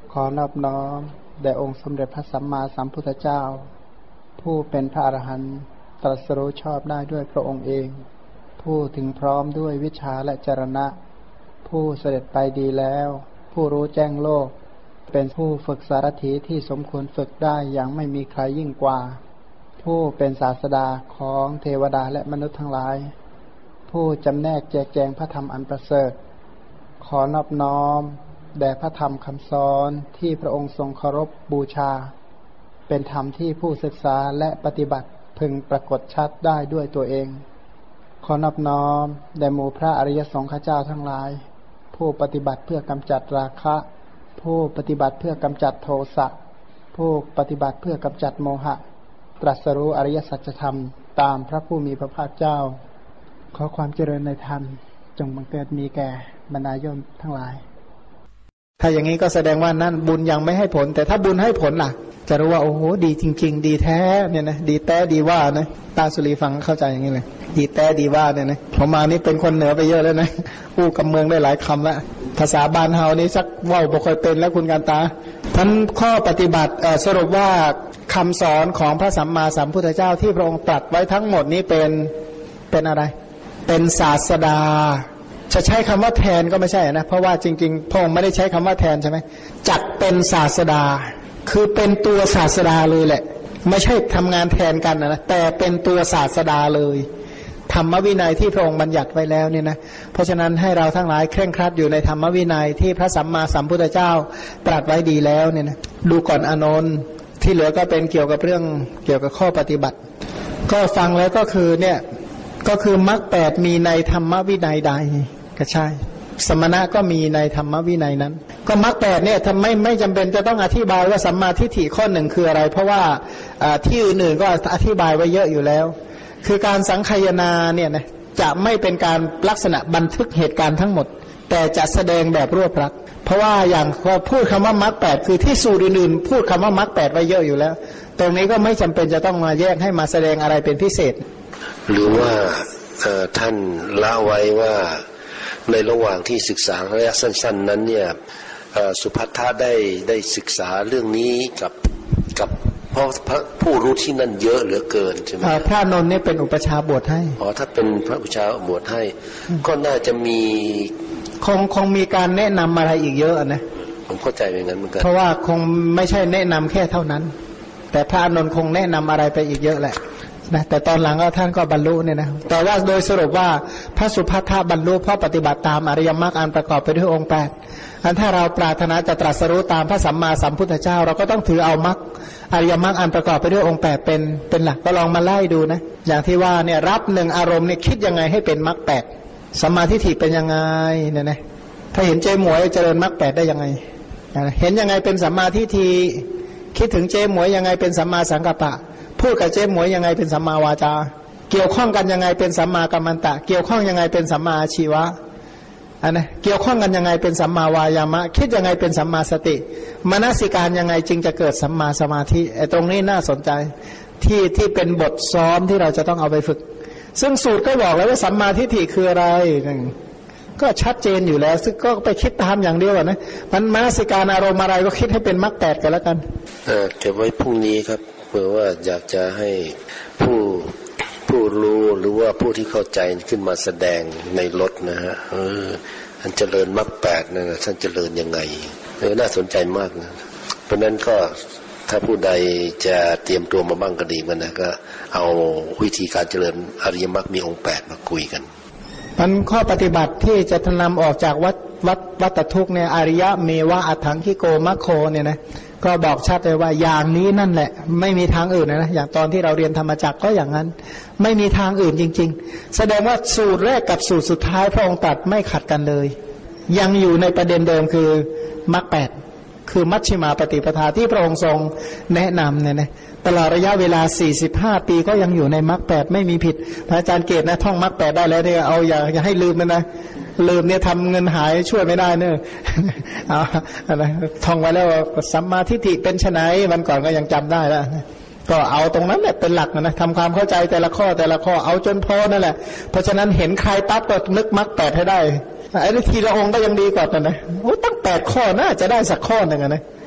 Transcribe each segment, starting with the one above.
ขอนอบน้อมแด่องค์สมเด็จพระสัมมาสัมพุทธเจ้าผู้เป็นพระอรหันต์ตรัสรู้ชอบได้ด้วยพระองค์เองผู้ถึงพร้อมด้วยวิชาและจรณะผู้เสด็จไปดีแล้วผู้รู้แจ้งโลกเป็นผู้ฝึกสารถีที่สมควรฝึกได้อย่างไม่มีใครยิ่งกว่าผู้เป็นศาสดาของเทวดาและมนุษย์ทั้งหลายผู้จำแนกแจกแจงพระธรรมอันประเสริฐขอนอบน้อมแด่พระธรรมคำสอนที่พระองค์ทรงเคารพบูชาเป็นธรรมที่ผู้ศึกษาและปฏิบัติพึงปรากฏชัดได้ด้วยตัวเองขอนอบน้อมแด่หมู่พระอริยสงฆ์เจ้าทั้งหลายผู้ปฏิบัติเพื่อกำจัดราคะผู้ปฏิบัติเพื่อกำจัดโทสะผู้ปฏิบัติเพื่อกำจัดโมหะตรัสรู้อริยสัจธรรมตามพระผู้มีพระภาคเจ้าขอความเจริญในธรรมจงบังเกิดมีแก่บรรดาโยมทั้งหลายถ้าอย่างนี้ก็แสดงว่านั่นบุญยังไม่ให้ผลแต่ถ้าบุญให้ผลล่ะจะรู้ว่าโอ้โหดีจริงๆดีแท้เนี่ยนะดีแท้ดีว่านะตาสุรีฟังเข้าใจอย่างนี้เลยดีแท้ดีว่าเนี่ยนะผมมานี่เป็นคนเหนือไปเยอะแล้วนะอู้กับเมืองได้หลายคำแล้วภาษาบ้านเฮานี่สักว่าวบ่ค่อยเป็นแล้วคุณการตาท่านข้อปฏิบัติสรุปว่าคำสอนของพระสัมมาสัมพุทธเจ้าที่พระองค์ตรัสไว้ทั้งหมดนี้เป็นอะไรเป็นศาสดาจะใช้คำว่าแทนก็ไม่ใช่นะเพราะว่าจริงๆพระองค์ไม่ได้ใช้คำว่าแทนใช่ไหมจัดเป็นศาสดาคือเป็นตัวศาสดาเลยแหละไม่ใช่ทำงานแทนกันนะแต่เป็นตัวศาสดาเลยธรรมวินัยที่พระองค์บัญญัติไว้แล้วเนี่ยนะเพราะฉะนั้นให้เราทั้งหลายเคร่งครัดอยู่ในธรรมวินัยที่พระสัมมาสัมพุทธเจ้าตรัสไว้ดีแล้วเนี่ยนะดูก่อนอานนท์ที่เหลือก็เป็นเกี่ยวกับเรื่องเกี่ยวกับข้อปฏิบัติก็ฟังแล้วก็คือเนี่ยก็คือมรรค8มีในธรรมวินัยใดก็ใช่สมณะก็มีในธรรมวินัยนั้นก็มรรค8เนี่ยทำไม่จำเป็นจะต้องอธิบายว่าสัมมาทิฏฐิข้อหนึ่งคืออะไรเพราะว่าที่อื่นๆก็อธิบายไว้เยอะอยู่แล้วคือการสังคายนาเนี่ยนะจะไม่เป็นการลักษณะบันทึกเหตุการณ์ทั้งหมดแต่จะแสดงแบบรวบรัดเพราะว่าอย่างพอพูดคำว่ามรรค8คือที่สูตรอื่นๆพูดคำว่ามรรค8ไว้เยอะอยู่แล้วตรงนี้ก็ไม่จำเป็นจะต้องมาแยกให้มาแสดงอะไรเป็นพิเศษหรือว่าท่านละไว้ว่าในระหว่างที่ศึกษาระยะสั้นๆนั้นเนี่ยสุภัททะได้ศึกษาเรื่องนี้กับเพราะผู้รู้ที่นั่นเยอะเหลือเกินใช่ไหมพระนนท์เนี่ยเป็นอุปชาบวชให้ถ้าเป็นพระอุปชาบวชให้ก็น่าจะมีคงมีการแนะนำอะไรอีกเยอะนะผมเข้าใจอย่างนั้นเหมือนกันเพราะว่าคงไม่ใช่แนะนำแค่เท่านั้นแต่พระนนท์คงแนะนำอะไรไปอีกเยอะแหละนะแต่ตอนหลังก็ท่านก็บรรลุเนี่ยนะแต่ว่าโดยสรุปว่าพระสุภัททะบรรลุเพราะปฏิบัติตามอริยมรรคอันประกอบไปด้วยองค์8อันถ้าเราปรารถนาจะตรัสรู้ตามพระสัมมาสัมพุทธเจ้าเราก็ต้องถือเอามรรคอริยมรรคอันประกอบไปด้วยองค์8เป็นหลักก็ลองมาไล่ดูนะอย่างที่ว่าเนี่ยรับหนึ่งอารมณ์เนี่ยคิดยังไงให้เป็นมรรค8สัมมาทิฏฐิเป็นยังไงเนี่ยนะถ้าเห็นเจ๊หมวยเจริญมรรค8ได้ยังไงเห็นยังไงเป็นสัมมาทิฏฐิคิดถึงเจ๊หมวยยังไงเป็นสัมมาสังกัปปะพูดกับเจ๊หมวยยังไงเป็นสัมมาวาจาเกี่ยวข้องกันยังไงเป็นสัมมากัมมันตะเกี่ยวข้องยังไงเป็นสัมมาอาชีวะนะเกี่ยวข้องกันยังไงเป็นสัมมาวายามะคิดยังไงเป็นสัมมาสติมนสิการยังไงจึงจะเกิดสัมมาสมาธิตรงนี้น่าสนใจที่เป็นบทซ้อมที่เราจะต้องเอาไปฝึกซึ่งสูตรก็บอกแล้วว่าสัมมาทิฏฐิคืออะไรก็ชัดเจนอยู่แล้วซึ่งก็ไปคิดตามอย่างเดียวนะมันมนสิการอารมณ์อะไรก็คิดให้เป็นมรรค8กันแล้วกันจะไว้พรุ่งนี้ครับเพื่อว่าอยากจะให้ผู้รู้หรือว่าผู้ที่เข้าใจขึ้นมาแสดงในรถนะฮะท่านเจริญมรรค8นะท่านเจริญยังไงน่าสนใจมากนะเพราะนั้นก็ถ้าผู้ใดจะเตรียมตัวมาบ้างก็ดีมันนะก็เอาวิธีการเจริญอริยมรรคมีองค์8มาคุยกันมันข้อปฏิบัติที่จะนำออกจากวัฏทุกข์เนี่ยอริยะเมวะอัฏฐังคิโกมัคโคเนี่ยนะก็บอกชัดเลยว่าอย่างนี้นั่นแหละไม่มีทางอื่นนะอย่างตอนที่เราเรียนธรรมจักรก็อย่างนั้นไม่มีทางอื่นจริงๆแสดงว่าสูตรแรกกับสูตรสุดท้ายพระองค์ตรัสไม่ขัดกันเลยยังอยู่ในประเด็นเดิมคือมรรค8คือมัชฌิมาปฏิปทาที่พระองค์ทรงแนะนำเนี่ยนะตลอดระยะเวลา45ปีก็ยังอยู่ในมรรค8ไม่มีผิดพระอาจารย์เกศนะท่องมรรค8ได้แล้วเนี่ยเอาอย่าให้ลืมนะลืมเนี่ยทำเงินหายช่วยไม่ได้เนอะเอาอะไรท่องไว้แล้วสัมมาทิฏฐิเป็นไฉนวันก่อนก็ยังจำได้แล้วก็เอาตรงนั้นแหละเป็นหลักนะทำความเข้าใจแต่ละข้อเอาจนพอนั่นแหละเพราะฉะนั้นเห็นใครปั๊บก็นึกมรรค8ให้ได้ไอ้ทีละองค์ก็ยังดีกว่ากันนะโอ้ตั้ง8ข้อน่าจะได้สักข้อนึงนะ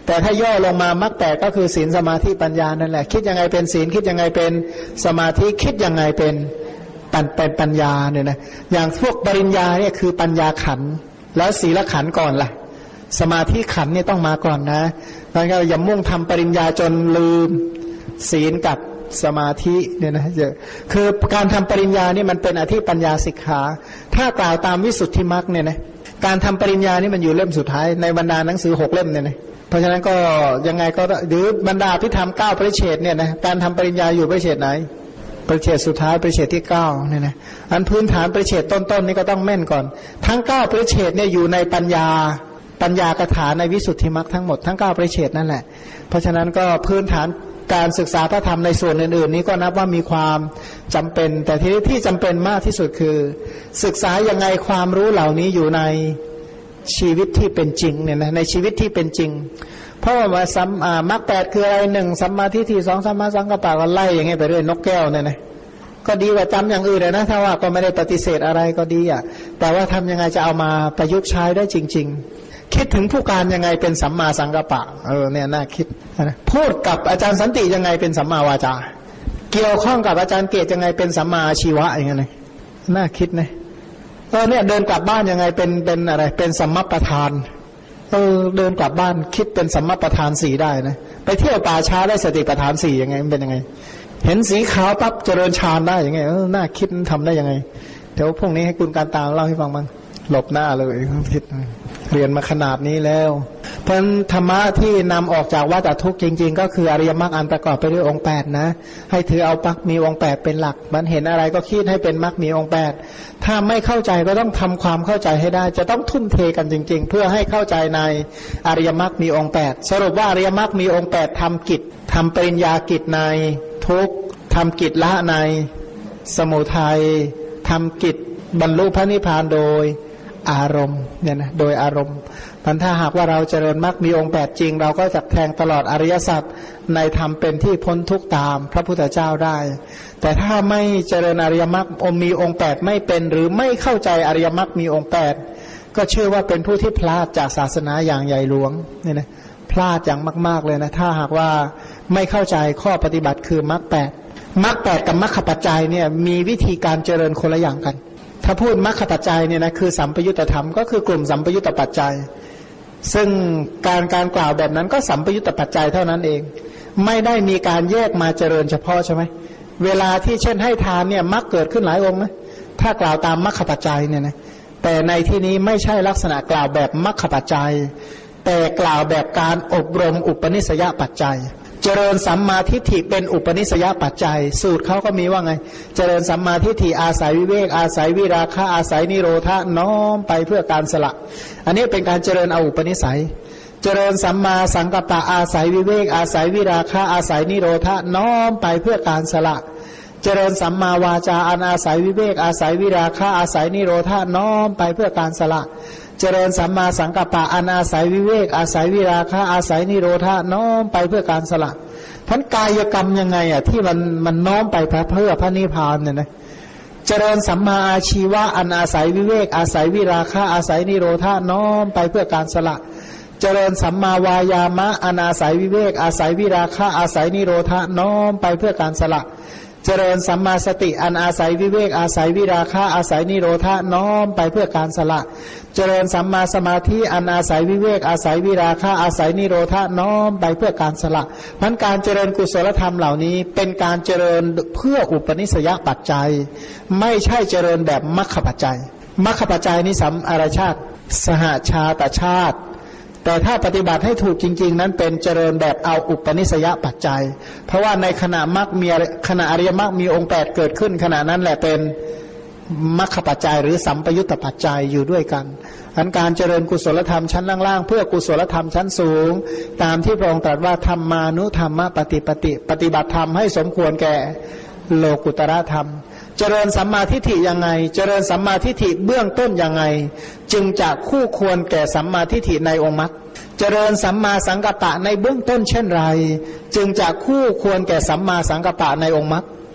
แต่ถ้าย่อลงมามรรคแปดก็คือศีลสมาธิปัญญานั่นแหละคิดยังไงเป็นศีลคิดยังไงเป็นสมาธิคิดยังไงเป็นปัญญาเนี่ยนะอย่างพวกปริญญาเนี่ยคือปัญญาขันธ์แล้วศีลขันธ์ก่อนล่ะสมาธิขันธ์เนี่ยต้องมาก่อนนะแล้วก็อย่ามุ่งทำปริญญาจนลืมศีลกับสมาธิเนี่ยนะคือการทำปริญญานี่มันเป็นอธิปัญญาสิกขาถ้ากล่าวตามวิสุทธิมรรคเนี่ยนะการทำปริญญานี่มันอยู่เล่มสุดท้ายในบรรดาหนังสือ6เล่มเนี่ยนะเพราะฉะนั้นก็ยังไงก็หรือบรรดาพิธรรม9ปริเฉดเนี่ยนะการทำปริญญาอยู่ปริเฉดไหนปริเฉดสุดท้ายปริเฉดที่9เนี่ยนะอันพื้นฐานปริเฉดต้นๆนี่ก็ต้องแม่นก่อนทั้ง9ปริเฉดเนี่ยอยู่ในปัญญากถาในวิสุทธิมรรคทั้งหมดทั้ง9ปริเฉดนั่นแหละเพราะฉะนั้นก็พื้นฐานการศึกษาพระธรรมในส่วนอื่นๆนี้ก็นับว่ามีความจำเป็นแต่ที่จำเป็นมากที่สุดคือศึกษายังไงความรู้เหล่านี้อยู่ในชีวิตที่เป็นจริงเนี่ยนะในชีวิตที่เป็นจริงเพราะว่ามรรคแปดคืออะไร1สัมมาทิฏฐิ2สัมมาสังกัปปะก็ไล่อย่างเงี้ยไปเรื่อยนกแก้วเนี่ยนะก็ดีกว่าจำอย่างอื่นเลยนะถ้าว่าก็ไม่ได้ปฏิเสธอะไรก็ดีอ่ะแต่ว่าทำยังไงจะเอามาประยุกต์ใช้ได้จริงๆคิดถึงผู้การยังไงเป็นสัมมาสังกัปปะเนี่ยน่าคิดนะพูดกับอาจารย์สันติยังไงเป็นสัมมาวาจาเกี่ยวข้องกับอาจารย์เกตยังไงเป็นสัมมาอาชีวะอย่างเงี้ยน่าคิดนะเนี่ยเดินกลับบ้านยังไงเป็นอะไรเป็นสัมมัปปทานเดินกลับบ้านคิดเป็นสัมมัปปทาน4ได้นะไปเที่ยวป่าช้าได้สติปัฏฐาน4ยังไงมันเป็นยังไงเห็นสีขาวปั๊บเจริญฌานได้ยังไงน่าคิดทำได้ยังไงเดี๋ยวพวกนี้ให้คุณการตามเล่าให้ฟังบ้างหลบหน้าเลยคิดเรียนมาขนาดนี้แล้วเพราะธรรมะที่นำออกจากวัฏทุกข์จริงๆก็คืออริยมรรคอันประกอบไปด้วยองค์8นะให้ถือเอามรรคมีองค์8เป็นหลักมันเห็นอะไรก็คิดให้เป็นมรรคมีองค์8ถ้าไม่เข้าใจก็ต้องทำความเข้าใจให้ได้จะต้องทุ่มเทกันจริงๆเพื่อให้เข้าใจในอริยมรรคมีองค์8สรุปว่าอริยมรรคมีองค์8ทำกิจทำปริญญากิจในทุกข์ทำกิจละในสมุทัยทำกิจบรรลุพระนิพพานโดยอารมณ์เนี่ยนะโดยอารมณ์ถ้าหากว่าเราเจริญมรรคมีองค์8จริงเราก็จะแทงตลอดอริยสัจในธรรมเป็นที่พ้นทุกข์ตามพระพุทธเจ้าได้แต่ถ้าไม่เจริญอริยมรรคมีองค์8ไม่เป็นหรือไม่เข้าใจอริยมรรคมีองค์8ก็เชื่อว่าเป็นผู้ที่พลาดจากศาสนาอย่างใหญ่หลวงเนี่ยนะพลาดอย่างมากๆเลยนะถ้าหากว่าไม่เข้าใจข้อปฏิบัติคือมรรค8กับมรรคปัจจัยเนี่ยมีวิธีการเจริญคนละอย่างกันถ้าพูดมรรคปัจจัยเนี่ยนะคือสัมปยุตตธรรมก็คือกลุ่มสัมปยุตตปัจจัยซึ่งการกล่าวแบบนั้นก็สัมปยุตตปัจจัยเท่านั้นเองไม่ได้มีการแยกมาเจริญเฉพาะใช่ไหมเวลาที่เช่นให้ทานเนี่ยมรรคเกิดขึ้นหลายองค์นะถ้ากล่าวตามมรรคปัจจัยเนี่ยนะแต่ในที่นี้ไม่ใช่ลักษณะกล่าวแบบมรรคปัจจัยแต่กล่าวแบบการอบรมอุปนิสัยปัจจัยเจริญสัมมาทิฏฐิเป็นอุปนิสัยปัจจัยสูตรเขาก็มีว่าไงเจริญสัมมาทิฏฐิอาศัยวิเวกอาศัยวิราคะอาศัยนิโรธะน้อมไปเพื่อการสละอันนี้เป็นการเจริญเอาอุปนิสัยเจริญสัมมาสังกัปปะอาศัยวิเวกอาศัยวิราคะอาศัยนิโรธะน้อมไปเพื่อการสละเจริญสัมมาวาจาอันอาศัยวิเวกอาศัยวิราคะอาศัยนิโรธะน้อมไปเพื่อการสละเจริญสัมมาสังกัปปะอันอาศัยวิเวกอาศัยวิราคะอาศัยนิโรธะน้อมไปเพื่อการสละทั้งกายกรรมยังไงอ่ะที่มันน้อมไปเพื่อพระนิพพานเนี่ยนะเจริญสัมมาอาชีวะอันอาศัยวิเวกอาศัยวิราคะอาศัยนิโรธะน้อมไปเพื่อการสละเจริญสัมมาวายามะอันอาศัยวิเวกอาศัยวิราคะอาศัยนิโรธะน้อมไปเพื่อการสละเจริญสัมมาสติอันอาศัยวิเวกอาศัยวิราคะอาศัยนิโรธะน้อมไปเพื่อการสละเจริญสัมมาสมาธิอันอาศัยวิเวกอาศัยวิราคะอาศัยนิโรธะน้อมไปเพื่อการสละเพราะการเจริญกุศลธรรมเหล่านี้เป็นการเจริญเพื่ออุปนิสัยปัจจัยไม่ใช่เจริญแบบมรรคปัจจัยมรรคปัจจัยนี้สัมอาราชาติสหชาตชาติแต่ถ้าปฏิบัติให้ถูกจริงๆนั้นเป็นเจริญแบบเอาอุปนิสัยปัจจัยเพราะว่าในขณะมรรคมีขณะอริยมรรคมีองค์8เกิดขึ้นขณะนั้นแหละเป็นมรรคปัจจัยหรือสัมปยุตตปัจจัยอยู่ด้วยกันอันการเจริญกุศลธรรมชั้นล่างๆเพื่อกุศลธรรมชั้นสูงตามที่พระองค์ตรัสว่าธรรมานุธรรมปฏิปฏิบัติธรรมให้สมควรแก่โลกุตระธรรมเจริญสัมมาทิฏฐิยังไงเจริญสัมมาทิฏฐิเบื้องต้นยังไงจึงจะคู่ควรแก่สัมมาทิฏฐิในองค์มรรคเจริญสัมมาสังกัปปะในเบื้องต้นเช่นไรจึงจะคู่ควรแก่สัมมาสังกัปปะในองค์มรรค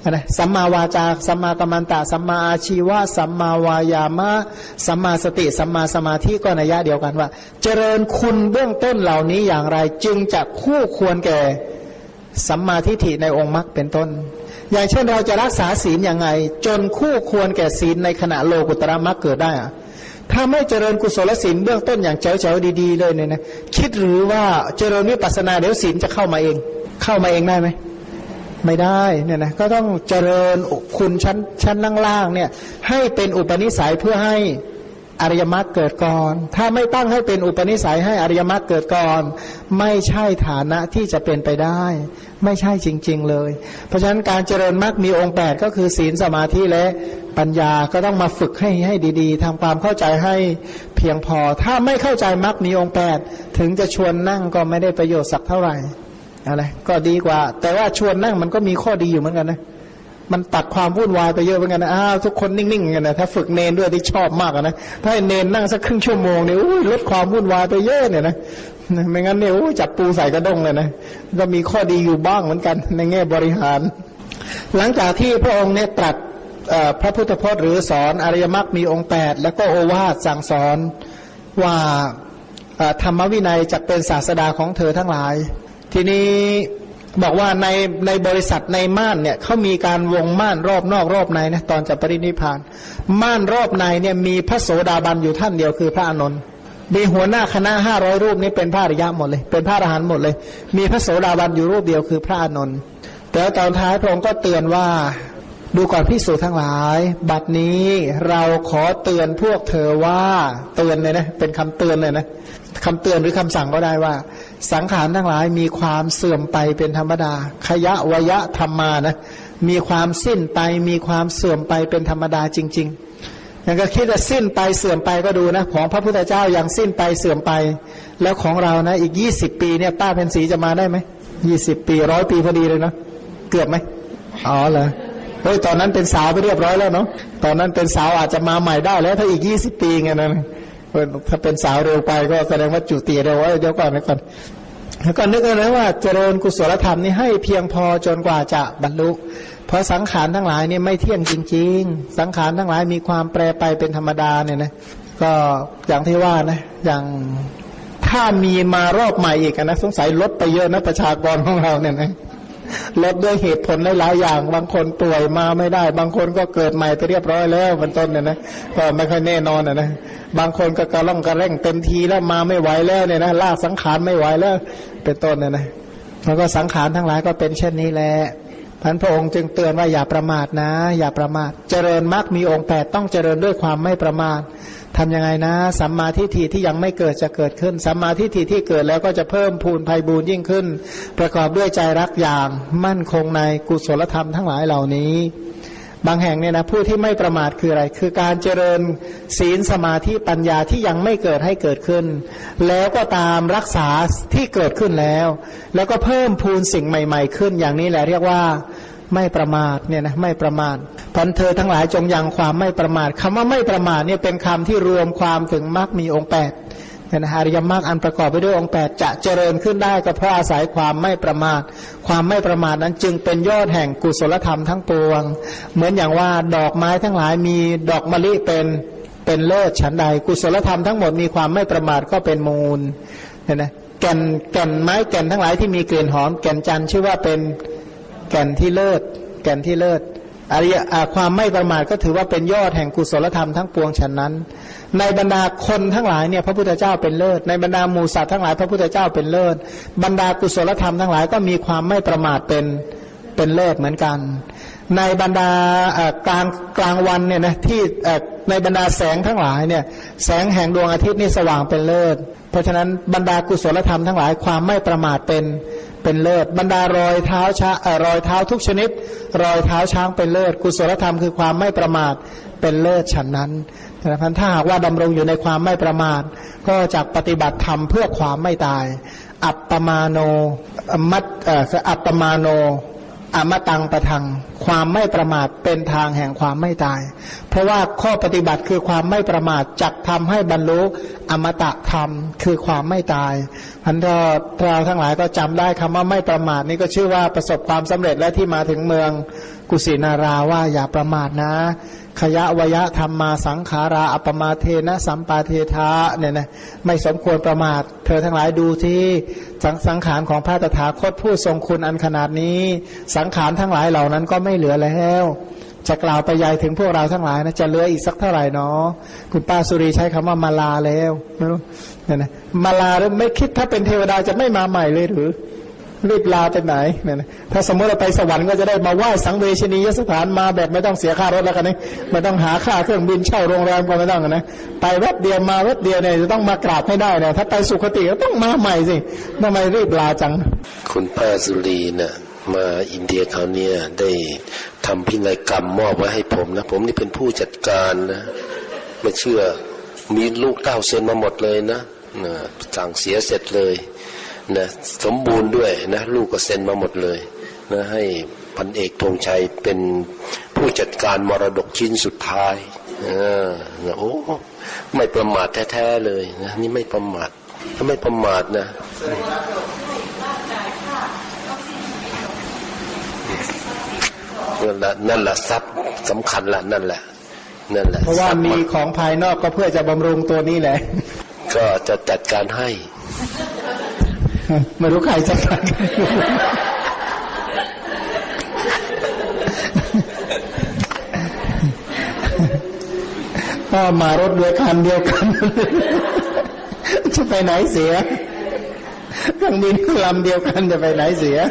นะสัมมาวาจาสัมมากัมมันตะสัมมาอาชีวะสัมมาวายามะสัมมาสติสัมมาสมาธิก็นัยยะเดียวกันว่าเจริญคุณเบื้องต้นเหล่านี้อย่างไรจึงจะคู่ควรแก่สัมมาทิฏฐิในองค์มรรคเป็นต้นอย่างเช่นเราจะรักษาศีลอย่างไงจนคู่ควรแก่ศีลในขณะโลกุตระมรรคเกิดได้อะถ้าไม่เจริญกุศลศีลเบื้องต้นอย่างเจ๋วๆดีๆเลยเนี่ยนะคิดหรือว่าเจริญวิปัสสนาเดี๋ยวศีลจะเข้ามาเองได้ไหมไม่ได้เนี่ยนะก็ต้องเจริญคุณชั้นล่างๆเนี่ยให้เป็นอุปนิสัยเพื่อให้อริยมรรคเกิดก่อนถ้าไม่ตั้งให้เป็นอุปนิสัยให้อริยมรรคเกิดก่อนไม่ใช่ฐานะที่จะเป็นไปได้ไม่ใช่จริงๆเลยเพราะฉะนั้นการเจริญมรรคมีองค์8ก็คือศีลสมาธิและปัญญาก็ต้องมาฝึกให้ดีๆทำความเข้าใจให้เพียงพอถ้าไม่เข้าใจมรรคมีองค์8ถึงจะชวนนั่งก็ไม่ได้ประโยชน์สักเท่าไหร่อะไรก็ดีกว่าแต่ว่าชวนนั่งมันก็มีข้อดีอยู่เหมือนกันนะมันตัดความวุ่นวายไปเยอะเหมือนกันนะทุกคนนิ่งๆกันนะถ้าฝึกเนนด้วยที่ชอบมากนะถ้าให้เนนนั่งสักครึ่งชั่วโมงเนี่ยลดความวุ่นวายไปเยอะเนี่ยนะไม่งั้นเนี่ยจับปูใส่กระด้งเลยนะก็มีข้อดีอยู่บ้างเหมือนกันในแง่บริหารหลังจากที่พระองค์เนี่ยตรัสพระพุทธพจน์หรือสอนอริยมรรคมีองค์8แล้วก็โอวาทสั่งสอนว่าธรรมวินัยจะเป็นศาสดาของเธอทั้งหลายทีนี้บอกว่าในบริษัทในม่านเนี่ยเขามีการวงม่านรอบนอกรอบในนะตอนจะปรินิพพานม่านรอบในเนี่ยมีพระโสดาบันอยู่ท่านเดียวคือพระอานนท์มีหัวหน้าคณะ500รูปนี้เป็นพระอริยะหมดเลยเป็นพระอรหันต์หมดเลยมีพระโสดาบันอยู่รูปเดียวคือพระอานนท์แต่ตอนท้ายพระองค์ก็เตือนว่าดูก่อนภิกษุทั้งหลายบัดนี้เราขอเตือนพวกเธอว่าเตือนเลยนะเป็นคำเตือนเลยนะคำเตือนหรือคำสั่งก็ได้ว่าสังขารทั้งหลายมีความเสื่อมไปเป็นธรรมดาขยะวยะธรรมานะมีความสิ้นไปมีความเสื่อมไปเป็นธรรมดาจริงๆอย่างก็คิดว่าสิ้นไปเสื่อมไปก็ดูนะของพระพุทธเจ้ายังสิ้นไปเสื่อมไปแล้วของเรานะอีก20ปีเนี่ยป้าเพ็ญศรีจะมาได้ไหม20ปี100ปีพอดีเลยนะเกือบไหมอ๋อเหรอโอ้ยตอนนั้นเป็นสาวไปเรียบร้อยแล้วเนาะตอนนั้นเป็นสาวอาจจะมาใหม่ได้แล้วถ้าอีก20ปีไงนะถ้าเป็นสาวเร็วไปก็แสดงว่าจุติเร็วไว้เดี๋ยวก่อนแล้วก็นึกเอาไว้ว่าเจริญกุศลธรรมนี่ให้เพียงพอจนกว่าจะบรรลุเพราะสังขารทั้งหลายนี่ไม่เที่ยงจริงๆสังขารทั้งหลายมีความแปรไปเป็นธรรมดาเนี่ยนะก็อย่างที่ว่านะอย่างถ้ามีมารอบใหม่อีกนะสงสัยลดไปเยอะนะประชากรของเราเนี่ยนะลดด้วยเหตุผลหลายๆอย่างบางคนป่วยมาไม่ได้บางคนก็เกิดใหม่ไปเรียบร้อยแล้วเป็นต้นเนี่ยนะก็ไม่ค่อยแน่นอนนะบางคนก็กระล่องกระเร่งเต็มทีแล้วมาไม่ไหวแล้วเนี่ยนะลากสังขารไม่ไหวแล้วเป็นต้นเนี่ยนะแล้วก็สังขารทั้งหลายก็เป็นเช่นนี้แหละพระองค์จึงเตือนว่าอย่าประมาทนะอย่าประมาทเจริญมรรคมีองค์8ต้องเจริญด้วยความไม่ประมาททำยังไงนะสัมมาทิฏฐิที่ยังไม่เกิดจะเกิดขึ้นสัมมาทิฏฐิที่เกิดแล้วก็จะเพิ่มพูนไพบูลย์ยิ่งขึ้นประกอบด้วยใจรักอย่างมั่นคงในกุศลธรรมทั้งหลายเหล่านี้บางแห่งเนี่ยนะผู้ที่ไม่ประมาทคืออะไรคือการเจริญศีลสมาธิปัญญาที่ยังไม่เกิดให้เกิดขึ้นแล้วก็ตามรักษาที่เกิดขึ้นแล้วก็เพิ่มพูนสิ่งใหม่ๆขึ้นอย่างนี้แหละเรียกว่าไม่ประมาทเนี่ยนะไม่ประมาทพันเธอทั้งหลายจงยังความไม่ประมาทคำว่าไม่ประมาทเนี่ยเป็นคำที่รวมความถึงมรรคมีองค์8เนี่ยนะอริยมรรคอันประกอบไปด้วยองค์8จะเจริญขึ้นได้ก็เพราะอาศัยความไม่ประมาทความไม่ประมาทนั้นจึงเป็นยอดแห่งกุศลธรรมทั้งปวงเหมือนอย่างว่าดอกไม้ทั้งหลายมีดอกมะลิเป็นเลิศฉันใดกุศลธรรมทั้งหมดมีความไม่ประมาทก็เป็นมูลเนี่ยนะแก่นไม้แก่นทั้งหลายที่มีกลิ่นหอมแก่นจันทร์ชื่อว่าเป็นแก่นที่เลิศแก่นที่เลิศอริยความไม่ประมาทก็ถือว่าเป็นยอดแห่งกุศลธรรมทั้งปวงฉะนั้นในบรรดาคนทั้งหลายเนี่ยพระพุทธเจ้าเป็นเลิศในบรรดาหมู่สัตว์ทั้งหลายพระพุทธเจ้าเป็นเลิศบรรดากุศลธรรมทั้งหลายก็มีความไม่ประมาทเป็นเลิศเหมือนกันในบรรดากลางวันเนี่ยนะที่ในบรรดาแสงทั้งหลายเนี่ยแสงแห่งดวงอาทิตย์นี่สว่างเป็นเลิศเพราะฉะนั้นบรรดากุศลธรรมทั้งหลายความไม่ประมาทเป็นเลิศบรรดารอยเท้าทุกชนิดรอยเท้าช้างเป็นเลิศกุศลธรรมคือความไม่ประมาทเป็นเลิศฉันนั้นแต่พันถ้าหากว่าดำรงอยู่ในความไม่ประมาทก็จะปฏิบัติธรรมเพื่อความไม่ตายอัปปมาโนมัตอัปปมาโนอมตังประทังความไม่ประมาทเป็นทางแห่งความไม่ตายเพราะว่าข้อปฏิบัติคือความไม่ประมาทจักทำให้บรรลุอมตะธรรมคือความไม่ตายพันธะเราทั้งหลายก็จำได้คำว่าไม่ประมาทนี่ก็ชื่อว่าประสบความสำเร็จและที่มาถึงเมืองกุสินาราว่าอย่าประมาทนะขยะวยะธรรมมาสังขาราอัปมาเทนะสัมปาเทธาเนี่ยนะไม่สมควรประมาทเธอทั้งหลายดูที่สังขารของพระตถาคตผู้ทรงคุณอันขนาดนี้สังขารทั้งหลายเหล่านั้นก็ไม่เหลือแล้วจะกล่าวไปยายถึงพวกเราทั้งหลายนะจะเหลืออีกสักเท่าไหร่เนาะคุณป้าสุรีใช้คำว่ามาลาแล้วไม่รู้เนี่ยนะมาลาแล้วไม่คิดถ้าเป็นเทวดาจะไม่มาใหม่เลยหรือรีบลาไปไหนเนี่ยนะถ้าสมมติเราไปสวรรค์ก็จะได้มาไหว้สังเวชนียสถานมาแบบไม่ต้องเสียค่ารถแล้วกันนี่ไม่ต้องหาค่าเครื่องบินเช่าโรงแรมก็ไม่ต้องนะไปแวบเดียวมาแวบเดียวเนี่ยจะต้องมากราบให้ได้เนี่ยถ้าไปสุคติก็ต้องมาใหม่สิทำไมรีบลาจังคุณป้าสุรีเนี่ยมาอินเดียเขาเนี่ยได้ทำพินัยกรรมมอบไว้ให้ผมนะผมนี่เป็นผู้จัดการนะไม่เชื่อมีลูกเต้าเซ็นมาหมดเลยนะสั่งเสียเสร็จเลยนะสมบูรณ์ด้วยนะลูกก็เซ็นมาหมดเลยนะให้พันเอกธงชัยเป็นผู้จัดการมรดกชิ้นสุดท้ายโอ้ไม่ประมาทแท้ๆเลยนะนี่ไม่ประมาทถ้าไม่ประมาทนะนั่นแหละทรัพย์สำคัญละนั่นแหละเพราะว่ามีของภายนอกก็เพื่อจะบำรุงตัวนี้แหละก็จะจัดการให้ไม่รู้ใครจัดการก็มารถด้วยคันเดียวกันจะไปไหนเสียเครื่องบินลำเดียวกันจะไปไหนเสีย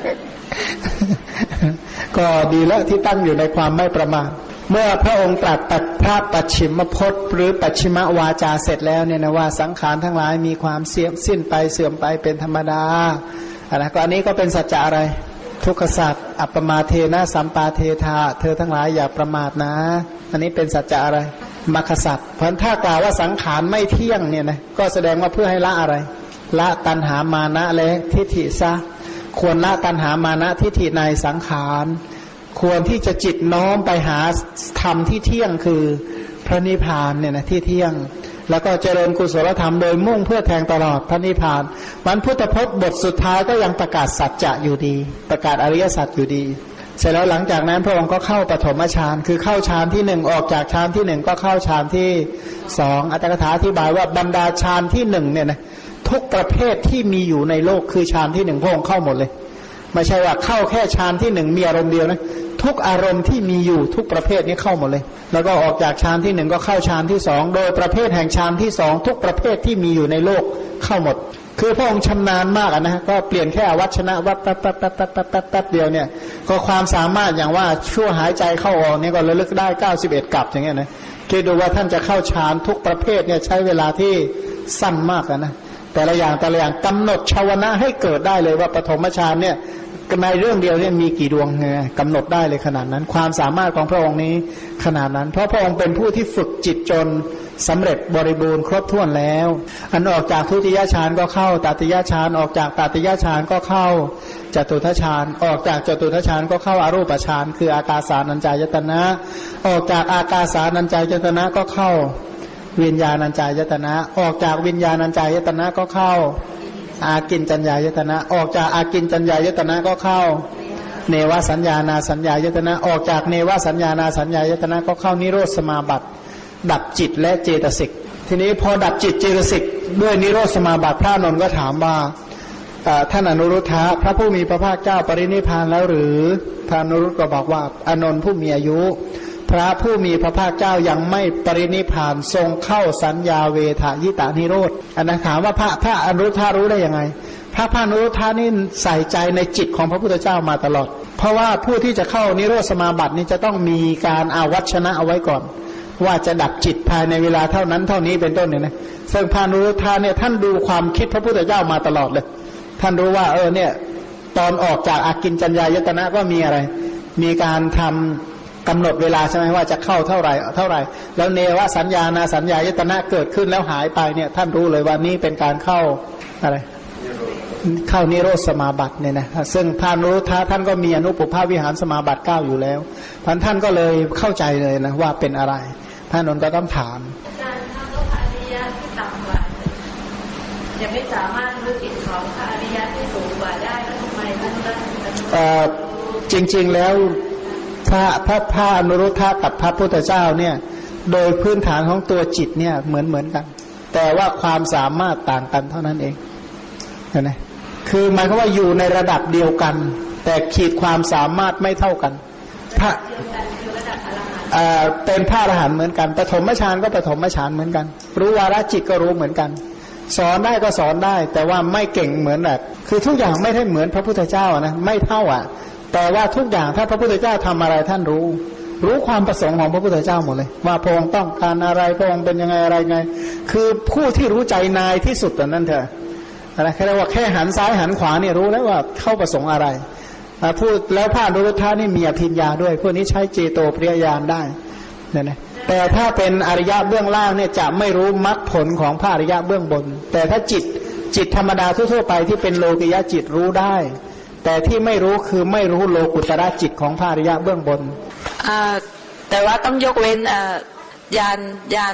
ก็ดีแล้วที่ตั้งอยู่ในความไม่ประมาทเมื่อพระองค์ตรัสพระปัจฉิมพจน์หรือปัจฉิมวาจาเสร็จแล้วเนี่ยนะว่าสังขารทั้งหลายมีความสิ้นไปเสื่อมไปเป็นธรรมดานะก็อันนี้ก็เป็นสัจจะอะไรทุกขสัจอัปปมาเทนะสัมปาเทธาเธอทั้งหลายอย่าประมาทนะอันนี้เป็นสัจจะอะไรมรรคสัจเพราะถ้ากล่าวว่าสังขารไม่เที่ยงเนี่ยนะก็แสดงว่าเพื่อให้ละอะไรละตัณหามานะและทิฏฐิซะควรละตัณหามานะทิฏฐิในสังขารควรที่จะจิตน้อมไปหาธรรมที่เที่ยงคือพระนิพพานเนี่ยนะที่เที่ยงแล้วก็เจริญกุศลธรรมโดยมุ่งเพื่อแทงตลอดพระนิพพานวันพุทธพจน์บทสุดท้ายก็ยังประกาศสัจจะอยู่ดีประกาศอริยสัจอยู่ดีเสร็จแล้วหลังจากนั้นพระองค์ก็เข้าปฐมฌานคือเข้าฌานที่หนึ่งออกจากฌานที่หนึ่งก็เข้าฌานที่สองอัตถกถาอธิบายว่าบรรดาฌานที่หนึ่งเนี่ยนะทุกประเภทที่มีอยู่ในโลกคือฌานที่หนึ่งพระองค์เข้าหมดเลยไม่ใช่ว่าเข้าแค่ฌานที่หนึ่งมีอารมณ์เดียวนะทุกอารมณ์ที่มีอยู่ทุกประเภทนี้เข้าหมดเลยแล้วก็ออกจากฌานที่หนึ่งก็เข้าฌานที่สองโดยประเภทแห่งฌานที่สองทุกประเภทที่มีอยู่ในโลกเข้าหมดคือพระองค์ชำนาญมากนะก็เปลี่ยนแค่อวัชนะวัดแป๊บเดียวเนี่ยก็ความสามารถอย่างว่าชั่วหายใจเข้าออกเนี่ยก็ระลึกได้91กลับอย่างเงี้ยนะคิดดูว่าท่านจะเข้าฌานทุกประเภทเนี่ยใช้เวลาที่สั้นมากนะแต่ละอย่างกำหนดชาวนะให้เกิดได้เลยว่าปฐมฌานเนี่ยในเรื่องเดียวเนี่ยมีกี่ดวงไงกำหนดได้เลยขนาดนั้นความสามารถของพระองค์นี้ขนาดนั้นเพราะพระองค์เป็นผู้ที่ฝึกจิตจนสำเร็จบริบูรณ์ครบถ้วนแล้วอันออกจากทุติยฌานก็เข้าตติยฌานออกจากตติยฌานก็เข้าจตุทัชฌานออกจากจตุทัชฌานก็เข้าอรูปฌานคืออากาสานัญจายตนะออกจากอากาสานัญจายตนะก็เข้าวิญญาณัญจายตนะออกจากวิญญาณัญจายตนะก็เข้าอากินจัญญายตนะออกจากอากินจัญญายตนะก็เข้าเนวสัญญานาสัญญายตนะออกจากเนวสัญญานาสัญญายตนะก็เข้านิโรธสมาบัติดับจิตและเจตสิกทีนี้พอดับจิตเจตสิกด้วยนิโรธสมาบัติพระอานนท์ก็ถามว่าท่านอนุรุทธะพระผู้มีพระภาคเจ้าปรินิพพานแล้วหรือพระอนุรุทธก็บอกว่าอานนท์ผู้มีอายุพระผู้มีพระภาคเจ้ายังไม่ปรินิพพานทรงเข้าสัญญาเวทยิตานิโรธอันนั้นถามว่าพระอนุรุทธะรู้ได้ยังไงพระอนุรุทธะนี่ใส่ใจในจิตของพระพุทธเจ้ามาตลอดเพราะว่าผู้ที่จะเข้านิโรธสมาบัตินี้จะต้องมีการอาวัชนะเอาไว้ก่อนว่าจะดับจิตภายในเวลาเท่านั้นเท่านี้เป็นต้นเนี่ยนะซึ่งพระอนุรุทธะเนี่ยท่านดูความคิดพระพุทธเจ้ามาตลอดเลยท่านรู้ว่าเนี่ยตอนออกจากอากินจัญญายตนะก็มีอะไรมีการทำกำหนดเวลาใช่ไหมว่าจะเข้าเท่าไหร่แล้วเนวสัญญานาสัญญายตนะเกิดขึ้นแล้วหายไปเนี่ยท่านรู้เลยว่านี่เป็นการเข้าอะไรเข้านิโรธสมาบัติเนี่ยนะซึ่งพระอนุรุทธะท่านก็มีอนุปภาวิหารสมาบัติ9อยู่แล้วท่านก็เลยเข้าใจเลยนะว่าเป็นอะไรพระนนท์ก็ต้องถามอาจารย์ถ้าก็พระอริยะที่ต่ำกว่ายังไม่สามารถรู้จิตของพระอริยะที่สูงกว่าได้แล้วทำไมท่านจริงๆแล้วพระอนุรุทธะกับพระพุทธเจ้าเนี่ยโดยพื้นฐานของตัวจิตเนี่ยเหมือนกันแต่ว่าความสามารถต่างกันเท่านั้นเองเห็นไหมคือหมายความว่าอยู่ในระดับเดียวกันแต่ขีดความสามารถไม่เท่ากันพระเป็นพระอรหันต์เหมือนกันปฐมฌานก็ปฐมฌานเหมือนกันรู้วาระจิตก็รู้เหมือนกันสอนได้ก็สอนได้แต่ว่าไม่เก่งเหมือนแบบคือทุกอย่างไม่ได้เหมือนพระพุทธเจ้านะไม่เท่าแต่ว่าทุกอย่างถ้าพระพุทธเจ้าทำอะไรท่านรู้ความประสงค์ของพระพุทธเจ้าหมดเลยว่าพระองค์ต้องการอะไรพระองค์เป็นยังไงอะไรไงคือผู้ที่รู้ใจนายที่สุดนั่นเถอะอะไรแค่ว่าแค่หันซ้ายหันขวาเนี่ยรู้แล้วว่าเข้าประสงค์อะไรพูดแล้วพระอนุรุทธะนี่มีอภิญญาด้วยพวกนี้ใช้เจโตปริยญาณได้เนี่ยนะแต่ถ้าเป็นอริยะเบื้องล่างเนี่ยจะไม่รู้มรรคผลของพระอริยะเบื้องบนแต่ถ้าจิตธรรมดาทั่วๆไปที่เป็นโลกิยะจิตรู้ได้แต่ที่ไม่รู้คือไม่รู้โลกุตระจิตของพระอริยะเบื้องบนแต่ว่าต้องยกเว้นญาณ